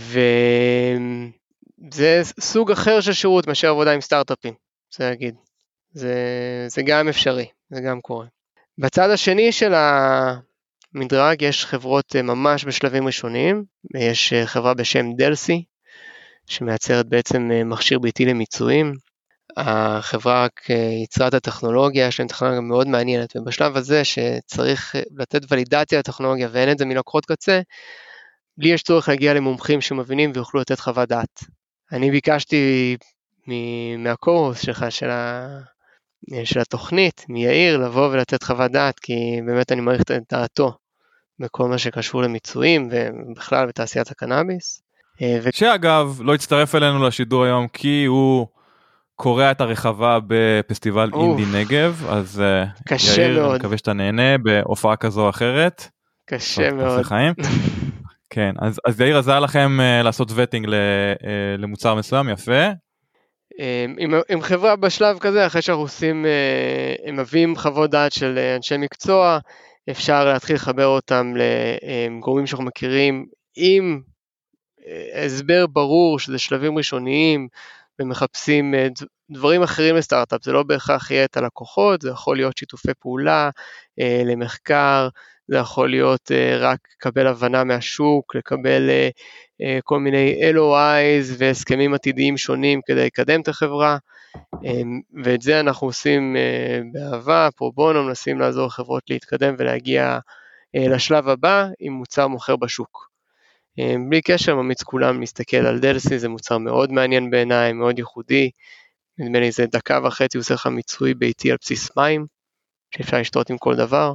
וזה סוג אחר של שירות מאשר עבודה עם סטארט-אפים, זה להגיד. זה גם אפשרי, זה גם קורה. בצד השני של המדרג יש חברות ממש בשלבים ראשוניים, יש חברה בשם דלסי, שמייצרת בעצם מכשיר ביתי למיצויים. החברה רק יצרה את הטכנולוגיה, יש להם טכנולוגיה מאוד מעניינת, ובשלב הזה שצריך לתת ולידציה לטכנולוגיה ואין את זה מלקוחות קצה, לי יש צורך להגיע למומחים שמבינים ויוכלו לתת חוות דעת. אני ביקשתי מהקורס שלך, של התוכנית, מיאיר, לבוא ולתת חוות דעת, כי באמת אני מעריך את דעתו בכל מה שקשור למיצויים ובכלל בתעשיית הקנאביס. שאגב, לא הצטרף אלינו לשידור היום, כי הוא קורא את הרחבה בפסטיבל אינדי נגב, אז יאיר, אני מקווה שאתה נהנה בהופעה כזו או אחרת. קשה מאוד. כן, אז יאיר עזר לכם לעשות וטינג למוצר מסוים, יפה. עם חברה בשלב כזה, אחרי שאנחנו עושים, הם מביאים חוות דעת של אנשי מקצוע, אפשר להתחיל לחבר אותם לגורמים שאנחנו מכירים, עם הסבר ברור שזה שלבים ראשוניים, ומחפשים דברים אחרים לסטארט-אפ, זה לא בהכרח יהיה את הלקוחות, זה יכול להיות שיתופי פעולה למחקר, זה יכול להיות רק לקבל הבנה מהשוק, לקבל כל מיני LOIs והסכמים עתידיים שונים כדי לקדם את החברה, ואת זה אנחנו עושים באהבה, פרו בונו, מנסים לעזור לחברות להתקדם ולהגיע לשלב הבא עם מוצר מוכר בשוק. בלי קשר, ממליץ כולם להסתכל על דלסי, זה מוצר מאוד מעניין בעיניי, מאוד ייחודי, נדמה לי זה 1.5 דקות, הוא עושה לך מיצוי ביתי על בסיס מים, שאפשר לשתות עם כל דבר,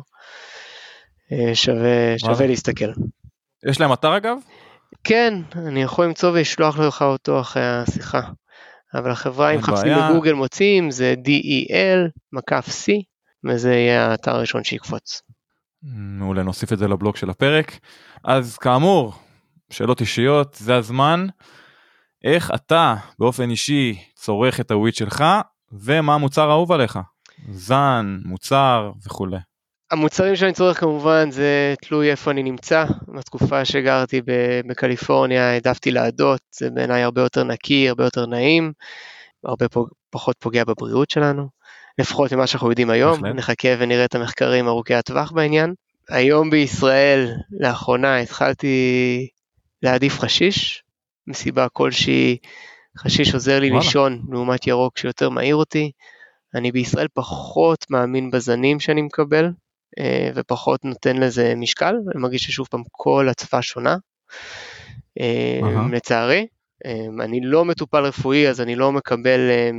שווה להסתכל. יש להם אתר אגב? כן, אני יכול למצוא וישלוח לך אותו אחרי השיחה, אבל החברה, אם מחפשים בגוגל מוצאים, זה DEL-C, וזה יהיה האתר הראשון שיקפוץ. מעולה, נוסיף את זה לבלוג של הפרק. אז כאמור, שאלות אישיות, זה הזמן. איך אתה באופן אישי צורך את הוויד שלך, ומה המוצר האהוב עליך? זן, מוצר וכו'. המוצרים שאני צורך כמובן זה תלוי איפה אני נמצא. בתקופה שגרתי בקליפורניה העדפתי לעדות, זה בעיניי הרבה יותר נקי, הרבה יותר נעים, הרבה פחות פוגע בבריאות שלנו, לפחות ממה שאנחנו יודעים היום. נחכה ונראה את המחקרים ארוכי הטווח בעניין. היום בישראל, לאחרונה, התחלתי להעדיף חשיש, מסיבה כלשהי, חשיש עוזר לי לישון, לעומת ירוק שיותר מהיר אותי. אני בישראל פחות מאמין בזנים שאני מקבל, ופחות נותן לזה משקל, אני מרגיש ששוב פעם כל הצפה שונה, לצערי. אני לא מטופל רפואי, אז אני לא מקבל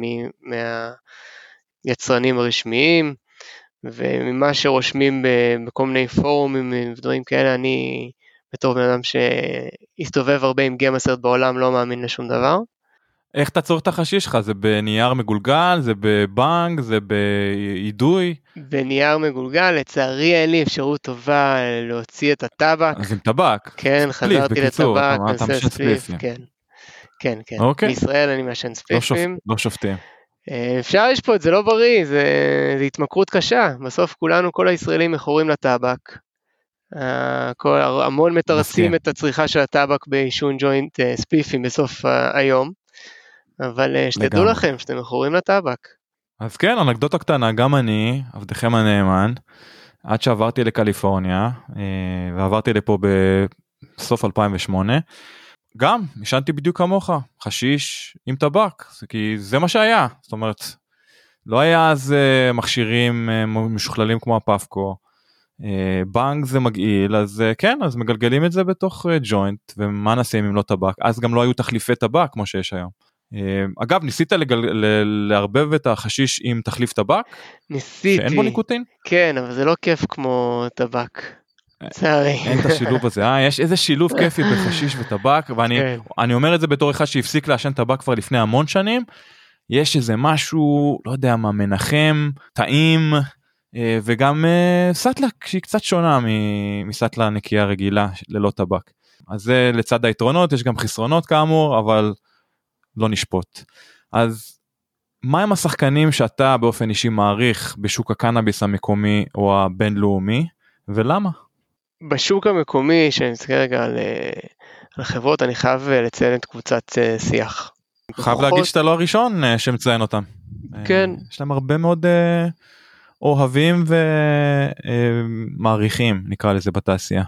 מהיצרנים הרשמיים, וממה שרושמים בכל מיני פורומים ודברים כאלה, אני בתור בן אדם שהסתובב הרבה עם גמאסרט בעולם, לא מאמין לשום דבר. איך אתה צורך את החשיש שלך? זה בנייר מגולגל? זה בבנק? זה בעידוי? בנייר מגולגל, לצערי אין לי אפשרות טובה להוציא את הטבק. אז עם טבק? כן, חזרתי לטבק, אתה משן ספליפים. כן. אוקיי. בישראל אני משן ספליפים. לא שופטים. אפשר לשפוט, זה לא בריא, זה התמכרות קשה. בסוף כולנו, כל הישראלים מכורים לטבק. המון מתרסים את הצריכה של הטבק באישון ג'וינט ספליפים בסוף היום. אבל שתדעו לכם שאתם מכורים לטבק. אז כן, אנקדוטה קטנה, גם אני, עבדכם הנאמן, עד שעברתי לקליפורניה, ועברתי לפה בסוף 2008, גם, ישנתי בדיוק כמוך, חשיש עם טבק, כי זה מה שהיה, זאת אומרת, לא היה אז מכשירים משוכללים כמו הפאפקו, בנק זה מגעיל, אז כן, אז מגלגלים את זה בתוך ג'וינט, ומה נשים אם לא טבק, אז גם לא היו תחליפי טבק כמו שיש היום. אגב, ניסית לערבב את החשיש עם תחליף טבק? ניסיתי. שאין בו ניקוטין? כן, אבל זה לא כיף כמו טבק. צערי. אין את השילוב הזה. יש איזה שילוב כיפי בחשיש וטבק, ואני אומר את זה בתור אחד שהפסיק לעשן טבק כבר לפני המון שנים, יש איזה משהו, לא יודע מה, מנחם, טעים, וגם סטלה שהיא קצת שונה מסטלה נקייה רגילה ללא טבק. אז זה לצד היתרונות, יש גם חסרונות כאמור, אבל לא נשפוט. אז מה הם השחקנים שאתה באופן אישי מעריך בשוק הקנאביס המקומי או הבינלאומי, ולמה? בשוק המקומי, שאני מסתכל רגע על חברות, אני חייב לציין את קבוצת שיח. חייב להגיד שאתה לא הראשון שמציין אותם. כן. יש להם הרבה מאוד אוהבים ומעריכים, נקרא לזה בתעשייה.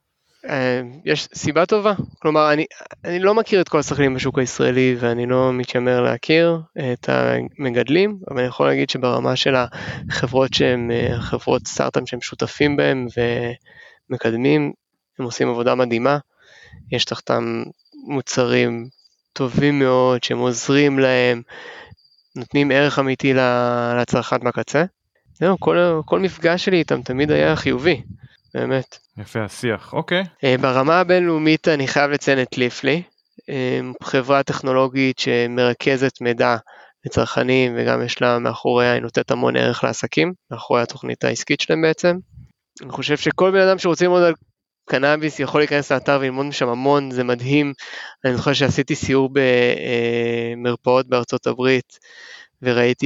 יש סיבה טובה, כלומר אני לא מכיר את כל השחקנים בשוק הישראלי ואני לא מתיימר להכיר את המגדלים, אבל אני יכול להגיד שברמה של החברות שהן חברות סטארט-אפ שהם שותפים בהם ומקדמים, הם עושים עבודה מדהימה, יש תחתם מוצרים טובים מאוד שהם עוזרים להם, נותנים ערך אמיתי לצרכן בקצה. זהו, כל מפגש שלי איתם תמיד היה חיובי, באמת. יפה, השיח, אוקיי. ברמה הבינלאומית אני חייב לציין את ליפלי, חברה טכנולוגית שמרכזת מידע לצרכנים, וגם יש לה מאחוריה, היא נותנת המון ערך לעסקים, מאחורי התוכנית העסקית שלהם בעצם. אני חושב שכל בן אדם שרוצה ללמוד על קנאביס יכול להיכנס לאתר וללמוד משם המון, זה מדהים. אני זוכר שעשיתי סיור במרפאות בארצות הברית, וראיתי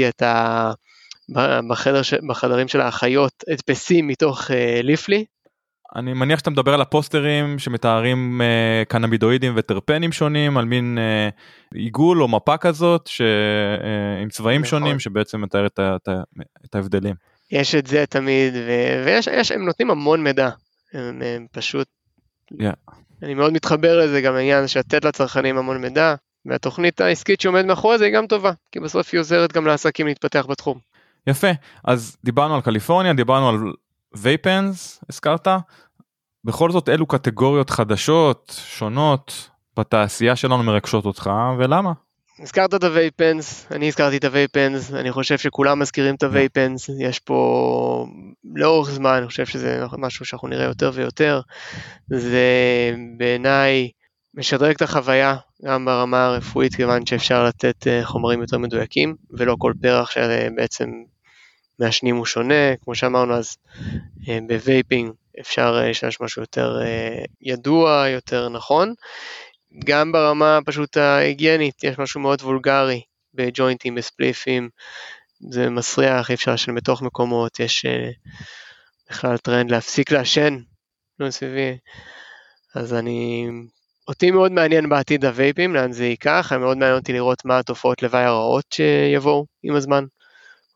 בחדרים של האחיות, הדפסים מתוך ליפלי. אני מניח שאתה מדבר על הפוסטרים שמתארים קנאבידואידים וטרפנים שונים, על מין עיגול או מפה כזאת, עם צבעים שונים, שבעצם מתאר את ההבדלים. יש את זה תמיד, והם נותנים המון מידע, הם פשוט, אני מאוד מתחבר לזה, גם העניין שלתת לצרכנים המון מידע, והתוכנית העסקית שעומד מאחורי זה היא גם טובה, כי בסוף היא עוזרת גם לעסקים להתפתח בתחום. יפה, אז דיברנו על קליפורניה, דיברנו על וייפנס, הזכרת? בכל זאת אלו קטגוריות חדשות, שונות, בתעשייה שלנו מרגשות אותך, ולמה? הזכרת את הווייפנס, אני הזכרתי את הווייפנס, אני חושב שכולם מזכירים את הווייפנס, יש פה לאורך זמן, אני חושב שזה משהו שאנחנו נראה יותר ויותר, זה בעיניי משדרג את החוויה, גם ברמה הרפואית, כיוון שאפשר לתת חומרים יותר מדויקים, ולא כל פרח שבעצם מעשנים הוא שונה, כמו שאמרנו, אז בווייפינג אפשר שיש משהו יותר ידוע, יותר נכון, גם ברמה פשוט ההיגיינית, יש משהו מאוד וולגרי בג'וינטים, בספליפים, זה מסריח, אי אפשר לשן בתוך מקומות, יש בכלל טרנד להפסיק לעשן, לא סביבי, אז אותי מאוד מעניין בעתיד הווייפים, לאן זה ייקח, מאוד מעניין אותי לראות מה התופעות לוואי הרעות שיבואו עם הזמן,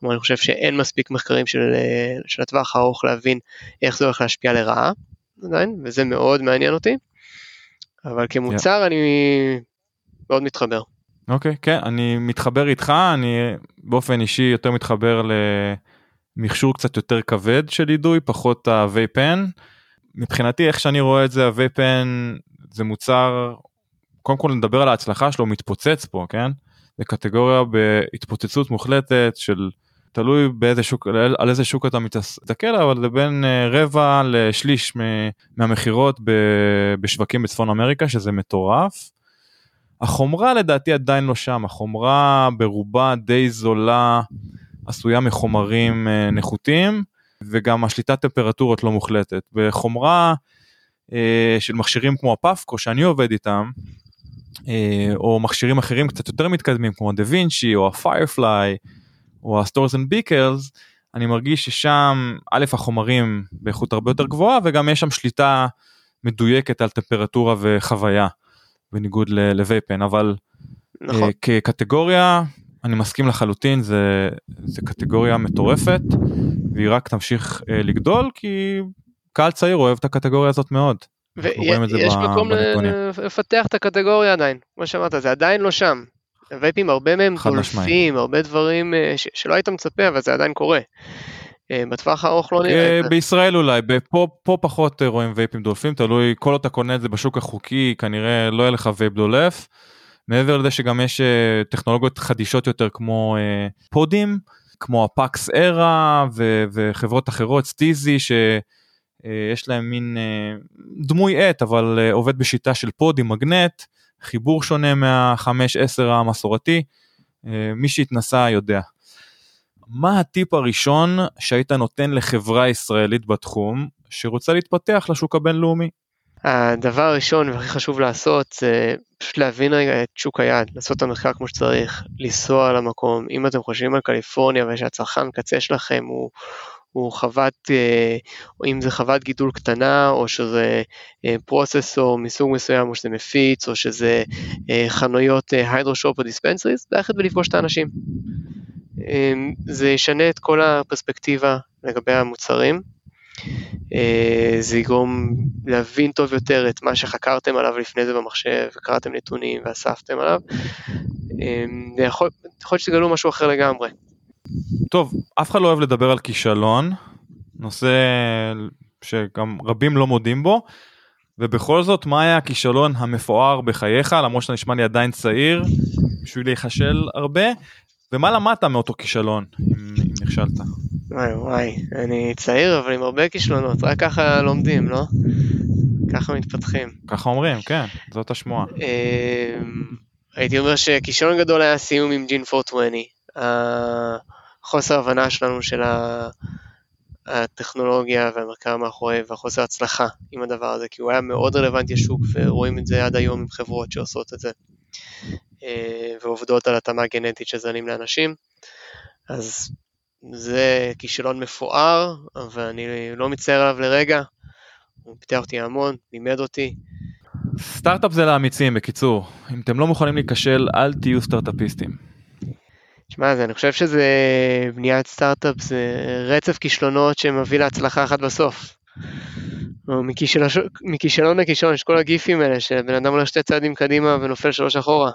כלומר, אני חושב שאין מספיק מחקרים של הטווח הארוך להבין איך זה הולך להשפיע לרעה, עדיין, וזה מאוד מעניין אותי, אבל כמוצר אני מאוד מתחבר. אוקיי, כן, אני מתחבר איתך, אני באופן אישי יותר מתחבר למכשור קצת יותר כבד של אידוי, פחות הווייפן. מבחינתי, איך שאני רואה את זה, הווייפן זה מוצר, קודם כל נדבר על ההצלחה שלו, מתפוצץ פה, כן? זה קטגוריה בהתפוצצות מוחלטת של, תלוי באיזה שוק, על איזה שוק אתה מתסתכל, אבל זה בין רבע לשליש מהמחירות בשווקים בצפון אמריקה, שזה מטורף. החומרה לדעתי עדיין לא שם, החומרה ברובה די זולה, עשויה מחומרים נחותים, וגם השליטת טמפרטורות לא מוחלטת. בחומרה של מכשירים כמו הפאפקו שאני עובד איתם, או מכשירים אחרים קצת יותר מתקדמים כמו דה וינצ'י או הפיירפליי או הסטורס אנד ביקרס, אני מרגיש ששם א' החומרים באיכות הרבה יותר גבוהה, וגם יש שם שליטה מדויקת על טמפרטורה וחוויה, בניגוד לווייפן, אבל נכון. כקטגוריה אני מסכים לחלוטין, זה קטגוריה מטורפת, והיא רק תמשיך לגדול, כי קהל צעיר אוהב את הקטגוריה הזאת מאוד. ויש מקום לפתח את הקטגוריה עדיין, כמו שאמרת, זה עדיין לא שם. וייפים הרבה מהם דולפים, הרבה דברים שלא היית מצפה, אבל זה עדיין קורה. בטווח הארוך לא נראה. בישראל אולי, פה פחות רואים וייפים דולפים, תלוי, כל אותה קונה את זה בשוק החוקי, כנראה לא יהיה לך וייפ דולף. מעבר לזה שגם יש טכנולוגיות חדישות יותר כמו פודים, כמו הפאקס ארה וחברות אחרות, סטיזי, שיש להם מין דמוי עט, אבל עובד בשיטה של פוד עם מגנט, חיבור שונה מה-5-10 המסורתי, מי שהתנסה יודע. מה הטיפ הראשון שהיית נותן לחברה ישראלית בתחום, שרוצה להתפתח לשוק הבינלאומי? הדבר הראשון והכי חשוב לעשות, זה פשוט להבין רגע את שוק היעד, לעשות את המחקר כמו שצריך, לנסוע למקום. אם אתם חושבים על קליפורניה, ושהצרכן קצה שלכם הוא חוות, או אם זה חוות גידול קטנה, או שזה פרוססור מסוג מסוים, או שזה מפיץ, או שזה חנויות היידרושופ או דיספנסריס, ללכת ולפגוש את האנשים. זה ישנה את כל הפרספקטיבה לגבי המוצרים, זה יגרום להבין טוב יותר את מה שחקרתם עליו לפני זה במחשב, וקראתם נתונים ואספתם עליו, יכול להיות שתגלו משהו אחר לגמרי. טוב, אף אחד לא אוהב לדבר על כישלון, נושא שגם רבים לא מודים בו, ובכל זאת, מה היה הכישלון המפואר בחייך, למרות שאתה נשמע לי עדיין צעיר, בשביל להיחשל הרבה, ומה למדת מאותו כישלון, אם נכשלת? וואי, אני צעיר, אבל עם הרבה כישלונות, רק ככה לומדים, לא? ככה מתפתחים. ככה אומרים, כן, זאת השמועה. הייתי אומר שכישלון גדול היה סיום עם ג'ין 420, החוסר הבנה שלנו של הטכנולוגיה והמחקר מאחורי, והחוסר הצלחה עם הדבר הזה, כי הוא היה מאוד רלוונטי לשוק, ורואים את זה עד היום עם חברות שעושות את זה, ועובדות על התאמה גנטית שזנים לאנשים, אז זה כישלון מפואר, אבל אני לא מצטער עליו לרגע, הוא פיתח אותי המון, לימד אותי. סטארט-אפ זה לאמיצים, בקיצור, אם אתם לא מוכנים להיכשל, אל תהיו סטארט-אפיסטים. תשמע, אני חושב שזה בניית סטארט-אפ, זה רצף כישלונות שמביא להצלחה אחת בסוף. מכישלון לכישלון, יש כל הגיפים האלה, שבן אדם הולך 2 צעדים קדימה ונופל 3 אחורה.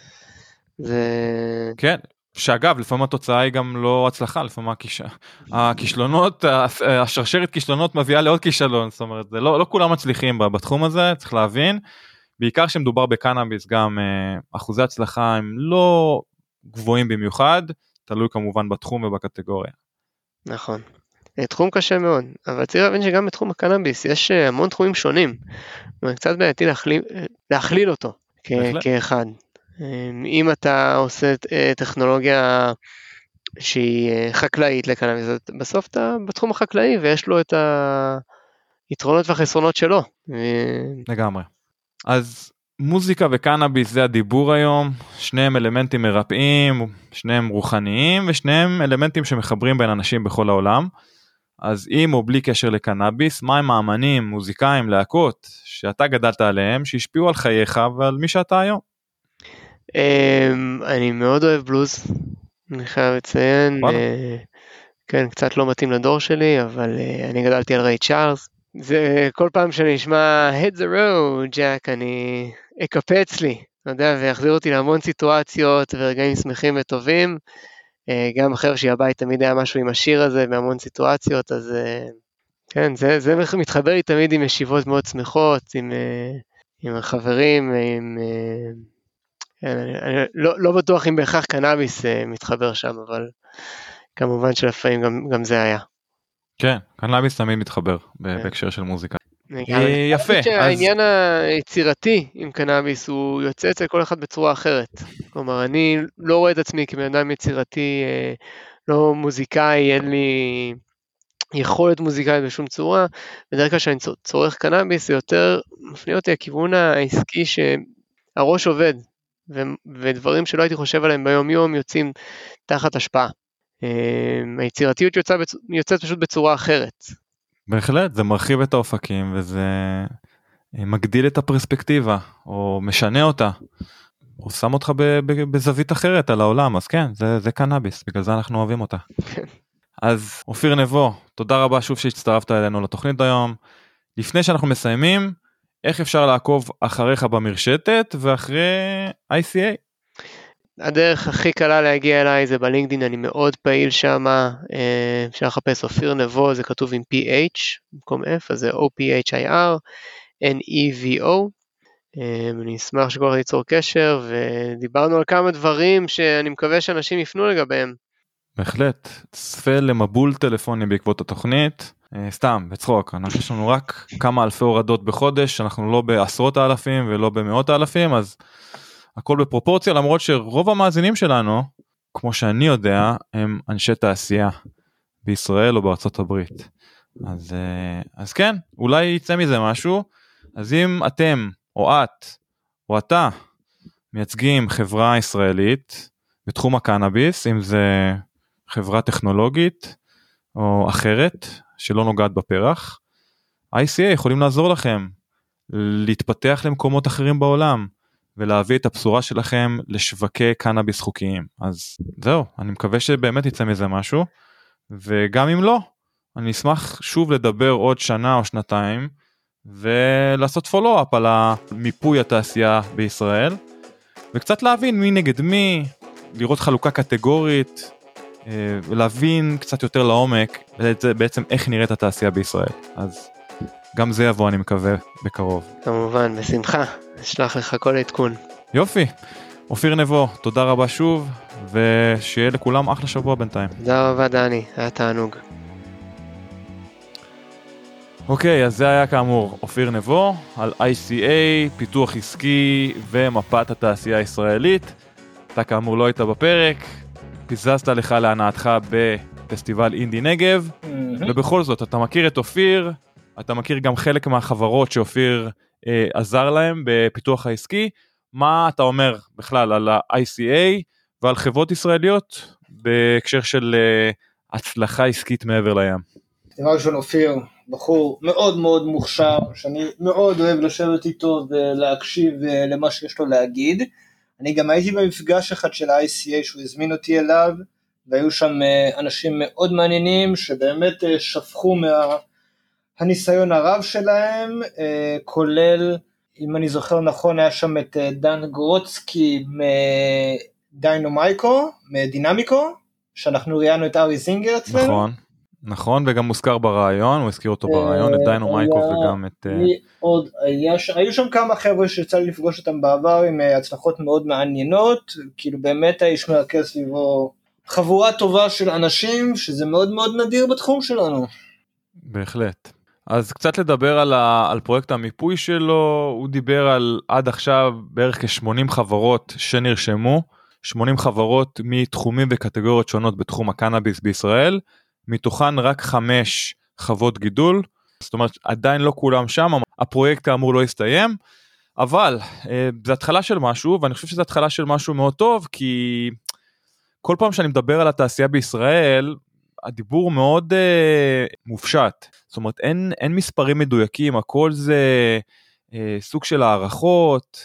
כן, שאגב, לפעמים התוצאה היא גם לא הצלחה, לפעמים הכישלונות, השרשרת כישלונות מביאה לעוד כישלון, זאת אומרת, לא כולם מצליחים בתחום הזה, צריך להבין, בעיקר שמדובר בקנאביס, גם אחוזי הצלחה הם לא גבוהים במיוחד, תלוי כמובן בתחום ובקטגוריה. נכון, תחום קשה מאוד, אבל צריך להבין שגם בתחום הקנאביס יש המון תחומים שונים, קצת בעייתי להכליל אותו כאחד. אם אתה עושה טכנולוגיה שהיא חקלאית לקנאביס, בסוף אתה בתחום החקלאי ויש לו את היתרונות והחסרונות שלו. לגמרי. אז מוזיקה וקנאביס זה הדיבור היום, שניהם אלמנטים מרפאים, שניהם רוחניים, ושניהם אלמנטים שמחברים בין אנשים בכל העולם. אז עם או בלי קשר לקנאביס, מה הם האמנים, מוזיקאים, להקות, שאתה גדלת עליהם, שהשפיעו על חייך ועל מי שאתה היום? אני מאוד אוהב בלוז, אני חייב לציין, כן, קצת לא מתאים לדור שלי, אבל אני גדלתי על ריי צ'ארלס. זה כל פעם שאני אשמע hit the road, ג'ק, אני אקפץ לי, אתה יודע, ויחזיר אותי להמון סיטואציות ורגעים שמחים וטובים. גם אחר שהבית תמיד היה משהו עם השיר הזה בהמון סיטואציות, אז כן, זה מתחבר לי תמיד עם ישיבות מאוד שמחות, עם החברים, אני לא בטוח אם בהכרח קנאביס מתחבר שם, אבל כמובן שלפעמים גם זה היה. כן, קנאביס תמיד מתחבר בהקשר של מוזיקה. יפה. העניין היצירתי עם קנאביס הוא יוצא אצל כל אחד בצורה אחרת. כלומר, אני לא רואה את עצמי כבן אדם יצירתי, לא מוזיקאי, אין לי יכולת מוזיקאית בשום צורה. בדרך כלל שאני צורך קנאביס, זה יותר מפנה אותי הכיוון העסקי שהראש עובד, ודברים שלא הייתי חושב עליהם ביום יום יוצאים תחת השפעה. היצירתיות יוצאת פשוט בצורה אחרת. בהחלט, זה מרחיב את האופקים וזה מגדיל את הפרספקטיבה, או משנה אותה, או שם אותך בזווית אחרת על העולם, אז כן, זה קנאביס, בגלל זה אנחנו אוהבים אותה. אז אופיר נבו, תודה רבה שוב שהצטרפת אלינו לתוכנית היום. לפני שאנחנו מסיימים, איך אפשר לעקוב אחריך במרשתת ואחרי ICA? הדרך הכי קלה להגיע אליי זה בלינקדין, אני מאוד פעיל שם, אפשר לחפש אופיר נבו, זה כתוב עם PH, במקום F, אז זה OPHIR, NEVO, אני אשמח שכל ליצור קשר, ודיברנו על כמה דברים שאני מקווה שאנשים יפנו לגביהם. בהחלט, צפה למבול טלפוני בעקבות התוכנית, סתם, בצחוק, יש לנו רק כמה אלפי הורדות בחודש, אנחנו לא בעשרות האלפים ולא במאות האלפים, אז הכל בפרופורציה, למרות שרוב המאזינים שלנו, כמו שאני יודע, הם אנשי תעשייה בישראל או בארצות הברית. אז כן, אולי יצא מזה משהו. אז אם אתם או את או אתה מייצגים חברה ישראלית בתחום הקנאביס, אם זה חברה טכנולוגית או אחרת שלא נוגעת בפרח, ICA יכולים לעזור לכם להתפתח למקומות אחרים בעולם, ולהביא את הבשורה שלכם לשווקי קנאביס חוקיים. אז זהו, אני מקווה שבאמת יצא מזה משהו, וגם אם לא, אני אשמח שוב לדבר עוד שנה או שנתיים, ולעשות פולו-אפ על המיפוי התעשייה בישראל, וקצת להבין מי נגד מי, לראות חלוקה קטגורית, ולהבין קצת יותר לעומק, בעצם איך נראית התעשייה בישראל. אז גם זה יבוא, אני מקווה, בקרוב. כמובן, בשמחה. אשלח לך כל עדכון. יופי. אופיר נבו, תודה רבה שוב, ושיהיה לכולם אחלה שבוע בינתיים. תודה רבה דני, היה תענוג. אוקיי, אז זה היה כאמור אופיר נבו, על ICA, פיתוח עסקי ומפת התעשייה הישראלית. אתה כאמור לא היית בפרק, פיזזת לך להנאתך בפסטיבל אינדי נגב, ובכל זאת, אתה מכיר את אופיר, אתה מכיר גם חלק מהחברות שאופיר עזר להם בפיתוח העסקי. מה אתה אומר בכלל על ה-ICA ועל חברות ישראליות בהקשר של הצלחה עסקית מעבר לים? דבר ראשון, אופיר, בחור מאוד מאוד מוכשר, שאני מאוד אוהב לשבת איתו ולהקשיב למה שיש לו להגיד. אני גם הייתי במפגש אחד של ה-ICA שהוא הזמין אותי אליו, והיו שם אנשים מאוד מעניינים שבאמת שפכו הניסיון הרב שלהם, כולל, אם אני זוכר נכון, היה שם את דן גרוצקי מדינמיקו, שאנחנו ראיינו את ארי זינגר אצלנו. נכון, וגם מוזכר ברעיון, הוא הזכיר אותו ברעיון, את דיינומייקו וגם את... היו שם כמה חבר'ה שיצא לי לפגוש אותם בעבר, עם הצלחות מאוד מעניינות, כאילו באמת האיש מרכז סביבו חבורה טובה של אנשים, שזה מאוד מאוד נדיר בתחום שלנו. בהחלט. אז קצת לדבר על פרויקט המיפוי שלו, הוא דיבר על עד עכשיו בערך כ-80 חברות שנרשמו, 80 חברות מתחומים וקטגוריות שונות בתחום הקנאביס בישראל, מתוכן רק 5 חוות גידול, זאת אומרת עדיין לא כולם שם, הפרויקט כאמור לא הסתיים, אבל זה התחלה של משהו, ואני חושב שזה התחלה של משהו מאוד טוב, כי כל פעם שאני מדבר על התעשייה בישראל, הדיבור מאוד מופשט, זאת אומרת אין מספרים מדויקים, הכל זה סוג של הערכות,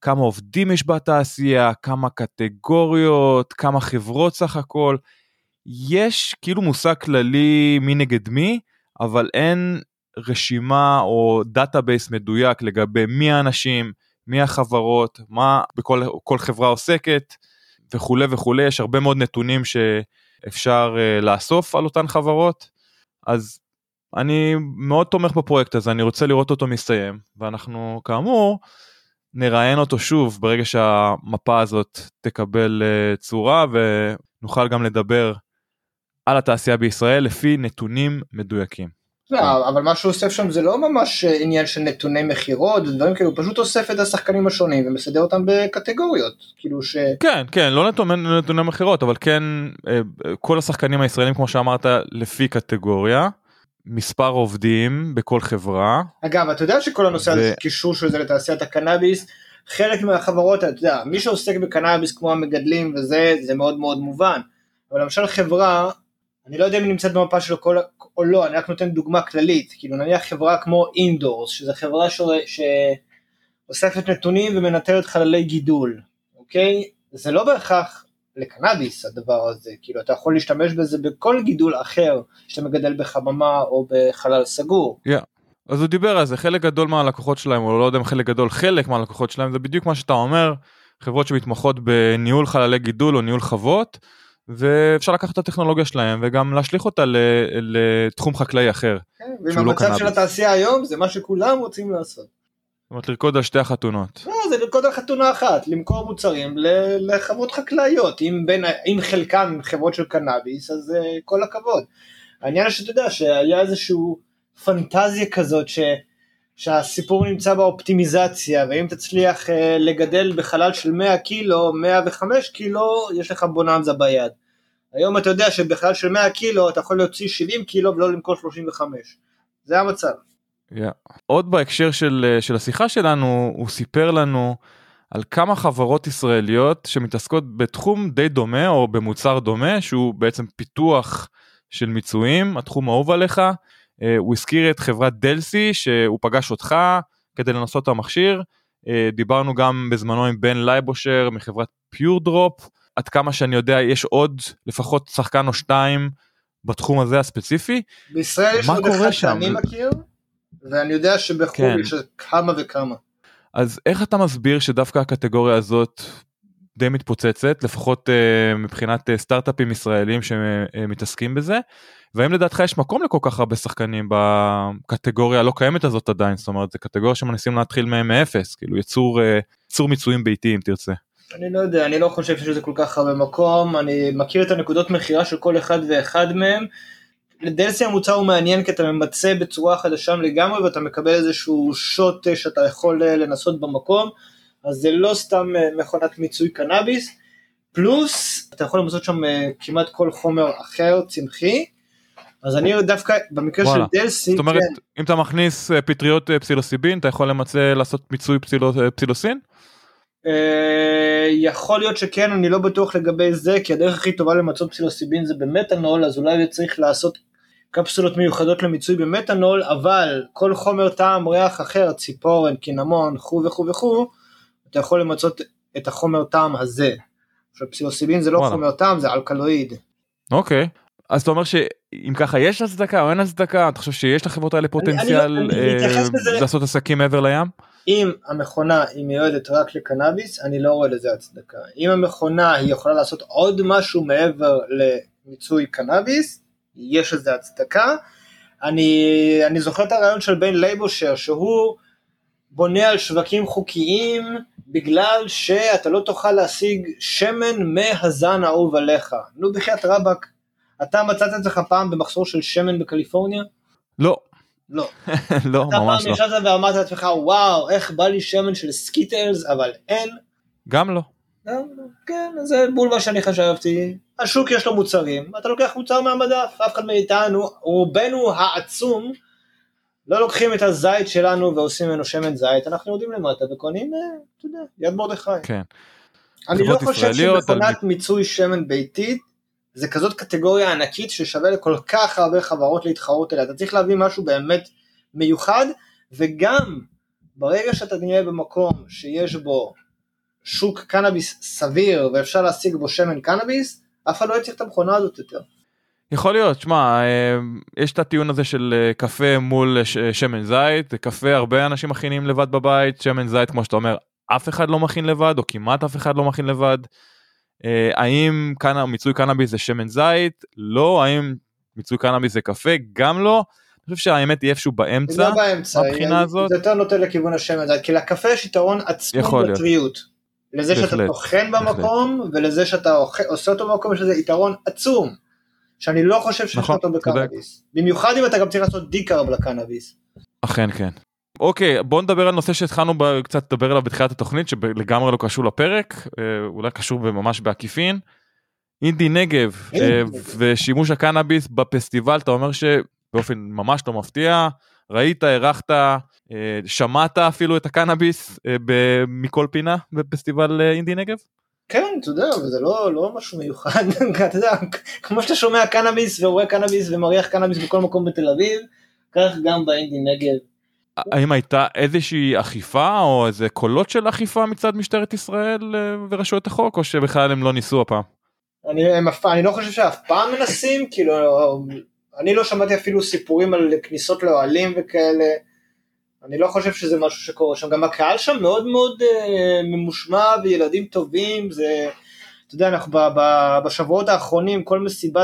כמה עובדים יש בתעשייה, כמה קטגוריות, כמה חברות סך הכל, יש כאילו מושג כללי מי נגד מי, אבל אין רשימה או דאטאבייס מדויק לגבי מי האנשים, מי החברות, מה בכל חברה עוסקת, וכו' וכו'. יש הרבה מאוד נתונים שאפשר לאסוף על אותן חברות, אז אני מאוד תומך בפרויקט הזה, אני רוצה לראות אותו מסתיים, ואנחנו כאמור נראיין אותו שוב ברגע שהמפה הזאת תקבל צורה, ונוכל גם לדבר על התעשייה בישראל לפי נתונים מדויקים. לא, אבל מה שהוא אוסף שם זה לא ממש עניין של נתוני מחירות, דברים כאילו, הוא פשוט אוסף את השחקנים השונים ומסדר אותם בקטגוריות, כאילו ש... כן, לא נתוני מחירות, אבל כן, כל השחקנים הישראלים, כמו שאמרת, לפי קטגוריה, מספר עובדים בכל חברה. אגב, אתה יודע שכל הנושא הזה, קישור של זה לתעשיית הקנאביס, חלק מהחברות, אתה יודע, מי שעוסק בקנאביס כמו המגדלים וזה, זה מאוד מאוד מובן, אבל למשל חברה, אני לא יודע אם היא נמצאת במפה שלו או לא, אני רק נותן דוגמה כללית, כאילו נניח חברה כמו אינדורס, שזו חברה שאוספת נתונים ומנטרת חללי גידול, אוקיי? זה לא בהכרח לקנאביס הדבר הזה, כאילו אתה יכול להשתמש בזה בכל גידול אחר, שאתה מגדל בחממה או בחלל סגור. אז הוא דיבר על זה, חלק גדול מהלקוחות שלהם, או לא יודע אם חלק מהלקוחות שלהם, זה בדיוק מה שאתה אומר, חברות שמתמחות בניהול חללי גידול או ניהול חוות, ואפשר לקחת את הטכנולוגיה שלהם, וגם להשליך אותה לתחום חקלאי אחר. ועם המצב של התעשייה היום, זה מה שכולם רוצים לעשות. זאת אומרת, לרקוד על שתי החתונות. לא, זה לרקוד על חתונה אחת, למכור מוצרים לחברות חקלאיות, אם חלקם עם חברות של קנאביס, אז כל הכבוד. העניין שאתה יודע, שהיה איזשהו פנטזיה כזאת, שהסיפור נמצא באופטימיזציה, ואם תצליח לגדל בחלל של 100 קילו, 105 קילו, יש לך בוננזה ביד. היום אתה יודע שבחלל של 100 קילו, אתה יכול להוציא 70 קילו ולא למכור 35. זה המצב. עוד בהקשר של השיחה שלנו, הוא סיפר לנו על כמה חברות ישראליות שמתעסקות בתחום די דומה, או במוצר דומה, שהוא בעצם פיתוח של מיצויים, התחום האהוב עליך. הוא הזכיר את חברת דלסי, שהוא פגש אותך כדי לנסות את המכשיר, דיברנו גם בזמנו עם בן לייבושר מחברת פיור דרופ, עד כמה שאני יודע יש עוד לפחות שחקן או שתיים בתחום הזה הספציפי. בישראל יש עוד אחד שאני מכיר, ואני יודע שבחו"ל יש כמה וכמה. אז איך אתה מסביר שדווקא הקטגוריה הזאת די מתפוצצת, לפחות מבחינת סטארט-אפים ישראלים שמתעסקים בזה, והאם לדעתך יש מקום לכל כך הרבה שחקנים בקטגוריה הלא קיימת הזאת עדיין, זאת אומרת, זה קטגוריה שמנסים להתחיל מהם מאפס, כאילו יצור מיצויים ביתיים, תרצה. אני לא יודע, אני לא חושב שזה כל כך הרבה מקום, אני מכיר את הנקודות מחירה של כל אחד ואחד מהם, לדלסי המוצר הוא מעניין כי אתה ממצא בצורה חדשה לגמרי, ואתה מקבל איזשהו שוט שאתה יכול לנסות במקום, אז זה לא סתם מכונת מיצוי קנאביס, פלוס אתה יכול למצוא שם כמעט כל חומר אחר צמחי, אז אני דווקא במקרה של דלסי, זאת אומרת, אם אתה מכניס פטריות פסילוסיבין, אתה יכול לעשות מיצוי פסילוסין? יכול להיות שכן, אני לא בטוח לגבי זה, כי הדרך הכי טובה למצות פסילוסיבין זה במתנול, אז אולי צריך לעשות קפסולות מיוחדות למיצוי במתנול, אבל כל חומר טעם ריח אחר, ציפורן, קינמון, וכו', אתה יכול למצות את החומר טעם הזה. עכשיו פסילוסיבין זה לא חומר טעם, זה אלקלואיד. אוקיי, אז אתה אומר שאם ככה יש הצדקה או אין הצדקה, אתה חושב שיש לחברות האלה פוטנציאל לעשות עסקים מעבר לים? אם המכונה היא מיועדת רק לקנאביס, אני לא רואה לזה הצדקה. אם המכונה היא יכולה לעשות עוד משהו מעבר למיצוי קנאביס, יש לזה הצדקה. אני זוכר את הרעיון של בן לייבושר, שהוא בונה על שווקים חוקיים, בגלל שאתה לא תוכל להשיג שמן מהזן האהוב עליך. נו בחיית רבק, אתה מצאת את לך פעם במחסור של שמן בקליפורניה? לא. לא. לא, ממש לא. אתה פעם ישבת ואמרת לעצמך, וואו, איך בא לי שמן של סקיטלס, אבל אין. גם לא. כן, זה בול מה שאני חשבתי. השוק יש לו מוצרים, אתה לוקח מוצר מהמדף, אף אחד מאיתנו, רובנו העצום, לא לוקחים את הזית שלנו ועושים ממנו שמן זית, אנחנו יודעים למטה וקונים, אתה יודע, יד מרדכי. כן. אני לא חושב שמכונת מיצוי שמן ביתית, זה כזאת קטגוריה ענקית ששווה לכל כך הרבה חברות להתחרות אליה, אתה צריך להביא משהו באמת מיוחד, וגם ברגע שאתה נהיה במקום שיש בו שוק קנאביס סביר, ואפשר להשיג בו שמן קנאביס, אף אחד לא יצריך את המכונה הזאת יותר. יכול להיות, שמה, יש את הטיעון הזה של קפה מול שמן זית, קפה הרבה אנשים מכינים לבד בבית, שמן זית כמו שאתה אומר, אף אחד לא מכין לבד, או כמעט אף אחד לא מכין לבד. האם מיצוי קנאביס זה שמן זית? לא. האם מיצוי קנאביס זה קפה? גם לא. אני חושב שהאמת היא איפשהו באמצע, מבחינה הזאת. זה יותר נוטה לכיוון השמן זית, כי לקפה יש יתרון עצום בטריות. לזה שאתה טוחן במקום, ולזה שאתה עושה אותו במקום, יש לזה יתרון עצום, שאני לא חושב שיש אותו בקנאביס. במיוחד אם אתה גם צריך לעשות דיקרב לקנאביס. אכן כן. אוקיי, בואו נדבר על נושא שהתחלנו קצת לדבר עליו בתחילת התוכנית, שלגמרי לא קשור לפרק, אולי קשור ממש בעקיפין. אינדי נגב ושימוש הקנאביס בפסטיבל, אתה אומר שבאופן ממש לא מפתיע, ראית, ערכת, שמעת אפילו את הקנאביס מכל פינה בפסטיבל אינדי נגב? כן, אתה יודע, וזה לא משהו מיוחד, אתה יודע, כמו שאתה שומע קנאביס ורואה קנאביס ומריח קנאביס בכל מקום בתל אביב, כך גם באינדי נגב. האם הייתה איזושהי אכיפה או איזה קולות של אכיפה מצד משטרת ישראל ורשויות החוק, או שבכלל הם לא ניסו הפעם? אני לא חושב שאף פעם מנסים, כאילו, אני לא שמעתי אפילו סיפורים על כניסות לאוהלים וכאלה, אני לא חושב שזה משהו שקורה שם, גם הקהל שם מאוד מאוד ממושמע וילדים טובים, זה, אתה יודע, אנחנו בשבועות האחרונים, כל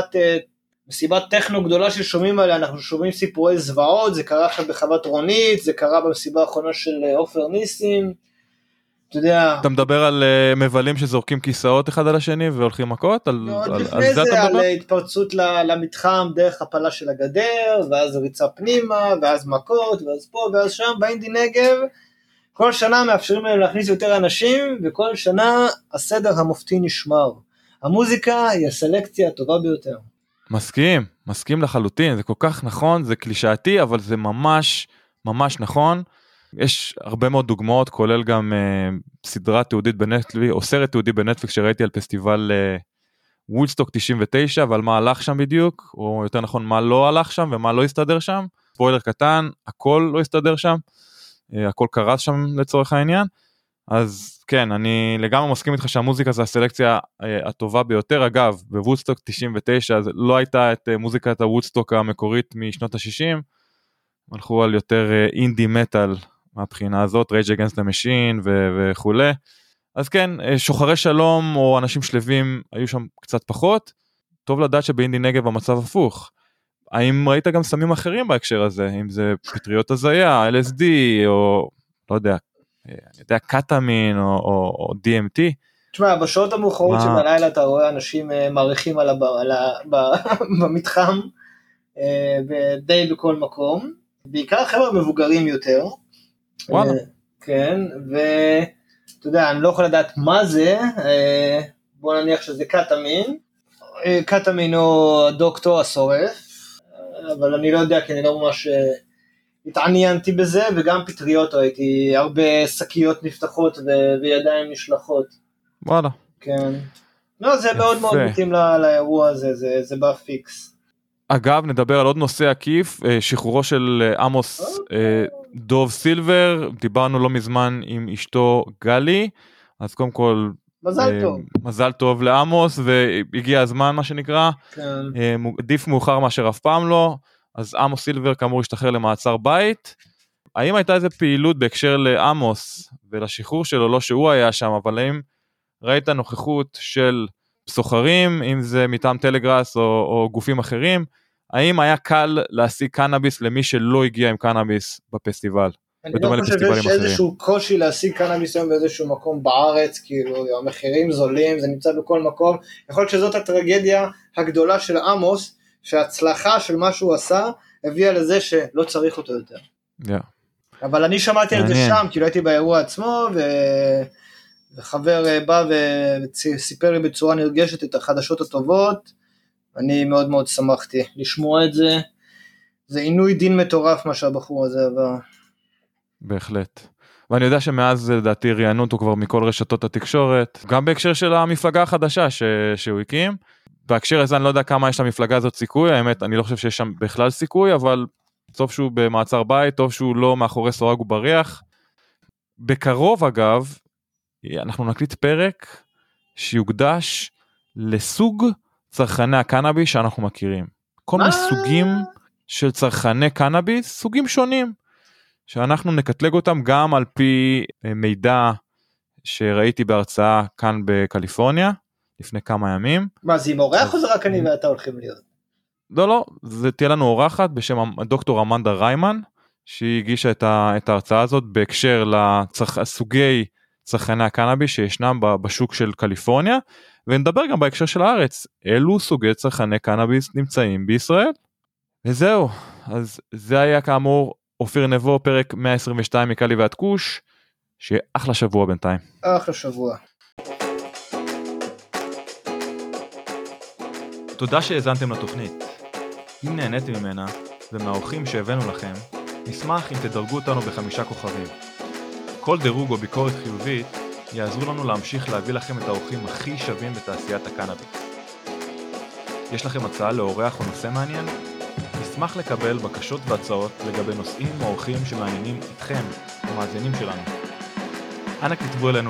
מסיבת טכנו גדולה ששומעים עליה, אנחנו שומעים סיפורי זוועות, זה קרה עכשיו בחוות רונית, זה קרה במסיבה האחרונה של עופר ניסים, אתה יודע. אתה מדבר על מבלים שזורקים כיסאות אחד על השני והולכים מכות? לפני זה על התפרצות למתחם דרך הפלה של הגדר, ואז ריצה פנימה, ואז מכות, ואז פה, ואז שם, באינדי נגב, כל שנה מאפשרים להם להכניס יותר אנשים, וכל שנה הסדר המופתי נשמר. המוזיקה היא הסלקציה הטובה ביותר. מסכים לחלוטין, זה כל כך נכון, זה קלישאתי, אבל זה ממש, ממש נכון. יש הרבה מאוד דוגמאות, כולל גם סדרה תיעודית בנטפליקס, או סרט תיעודי בנטפליקס שראיתי על פסטיבל וודסטוק 99, ועל מה הלך שם בדיוק, או יותר נכון, מה לא הלך שם ומה לא הסתדר שם. ספוילר קטן, הכל לא הסתדר שם, הכל קרס שם לצורך העניין. אז כן, אני לגמרי מסכים איתך שהמוזיקה זה הסלקציה הטובה ביותר. אגב, בוודסטוק 99 לא הייתה את מוזיקת הוודסטוק המקורית משנות ה-60, הלכו על יותר אינדי מטל מהבחינה הזאת, Rage Against the Machine וכו'. אז כן, שוחרי שלום או אנשים שלווים היו שם קצת פחות. טוב לדעת שבאינדי נגב המצב הפוך. האם ראית גם סמים אחרים בהקשר הזה? אם זה פטריות הזיה, LSD או לא יודע, קטמין או DMT? תשמע, בשעות המאוחרות שבלילה אתה רואה אנשים מעריכים במתחם, ודי בכל מקום, בעיקר חבר'ה מבוגרים יותר. וואלה. כן, ואתה יודע, אני לא יכול לדעת מה זה, בוא נניח שזה קטמין או הדוקטור השורף, אבל אני לא יודע, כי אני לא ממש התעניינתי בזה, וגם פטריות ראיתי, הרבה שקיות נפתחות וידיים נשלחות. וואלה. כן. לא, זה מאוד מאוד מתאים לאירוע הזה, זה בא פיקס. אגב, נדבר על עוד נושא עקיף, שחרורו של עמוס דוב סילבר, דיברנו לא מזמן עם אשתו גלי, אז קודם כל, מזל טוב לעמוס, והגיע הזמן מה שנקרא, עדיף מאוחר מאשר אף פעם לא, אז עמוס סילבר כאמור השתחרר למעצר בית. האם הייתה איזו פעילות בהקשר לעמוס ולשחרור שלו, לא שהוא היה שם, אבל האם ראית נוכחות של סוחרים, אם זה מטעם טלגראס או גופים אחרים, האם היה קל להשיג קנאביס למי שלא הגיע עם קנאביס בפסטיבל? אני לא חושב שיש איזשהו קושי להשיג קנאביס היום באיזשהו מקום בארץ, כאילו המחירים זולים, זה נמצא בכל מקום, יכול להיות שזאת הטרגדיה הגדולה של עמוס, שההצלחה של מה שהוא עשה, הביאה לזה שלא צריך אותו יותר. אבל אני שמעתי על זה שם, כאילו הייתי באירוע עצמו, וחבר בא וסיפר לי בצורה נרגשת את החדשות הטובות, אני מאוד מאוד שמחתי לשמוע את זה, זה עינוי דין מטורף מה שהבחור הזה עבר. בהחלט. ואני יודע שמאז לדעתי ראיינו אותו כבר מכל רשתות התקשורת, גם בהקשר של המפלגה החדשה שהוא הקים, בהקשר הזה אני לא יודע כמה יש למפלגה הזאת סיכוי, האמת אני לא חושב שיש שם בכלל סיכוי, אבל טוב שהוא במעצר בית, טוב שהוא לא מאחורי סורג ובריח. בקרוב אגב, אנחנו נקליט פרק שיוקדש לסוג צרכני הקנאביס שאנחנו מכירים. כל מיני סוגים של צרכני קנאביס, סוגים שונים, שאנחנו נקטלג אותם גם על פי מידע שראיתי בהרצאה כאן בקליפורניה, לפני כמה ימים. מה, זה עם אורח או זה רק אני ואתה הולכים להיות? לא, זה תהיה לנו אורחת בשם דוקטור אמנדה ריימן, שהיא הגישה את ההרצאה הזאת בהקשר לסוגי צרכני הקנאביס שישנם בשוק של קליפורניה, ונדבר גם בהקשר של הארץ, אילו סוגי צרכני קנאביס נמצאים בישראל. וזהו, אז זה היה כאמור אופיר נבו, פרק 122 מקלי ועד כוש, שיהיה אחלה שבוע בינתיים. אחלה שבוע. תודה שהאזנתם לתוכנית. אם נהניתם ממנה ומהאורחים שהבאנו לכם, נשמח אם תדרגו אותנו ב5 כוכבים. כל דירוג או ביקורת חיובית יעזרו לנו להמשיך להביא לכם את האורחים הכי שווים בתעשיית הקנאביס. יש לכם הצעה לאורח או נושא מעניין? נשמח לקבל בקשות והצעות לגבי נושאים או אורחים שמעניינים אתכם, המאזינים שלנו. אנא כתבו אלינו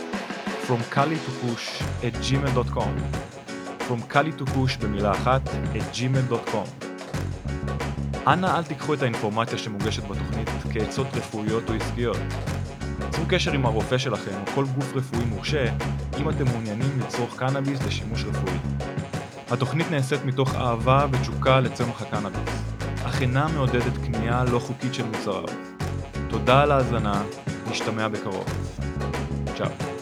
fromcali2push@gmail.com fromcali2push במילה אחת @gmail.com. אנא אל תיקחו את האינפורמציה שמוגשת בתוכנית כעצות רפואיות או עסקיות. צרו קשר עם הרופא שלכם או כל גוף רפואי מורשה אם אתם מעוניינים לצרוך קנאביס לשימוש רפואי. התוכנית נעשית מתוך אהבה ותשוקה לצמח הקנאביס, אך אינה מעודדת קנייה לא חוקית של מוצריו. תודה על ההאזנה, נשתמע בקרוב. צ'או.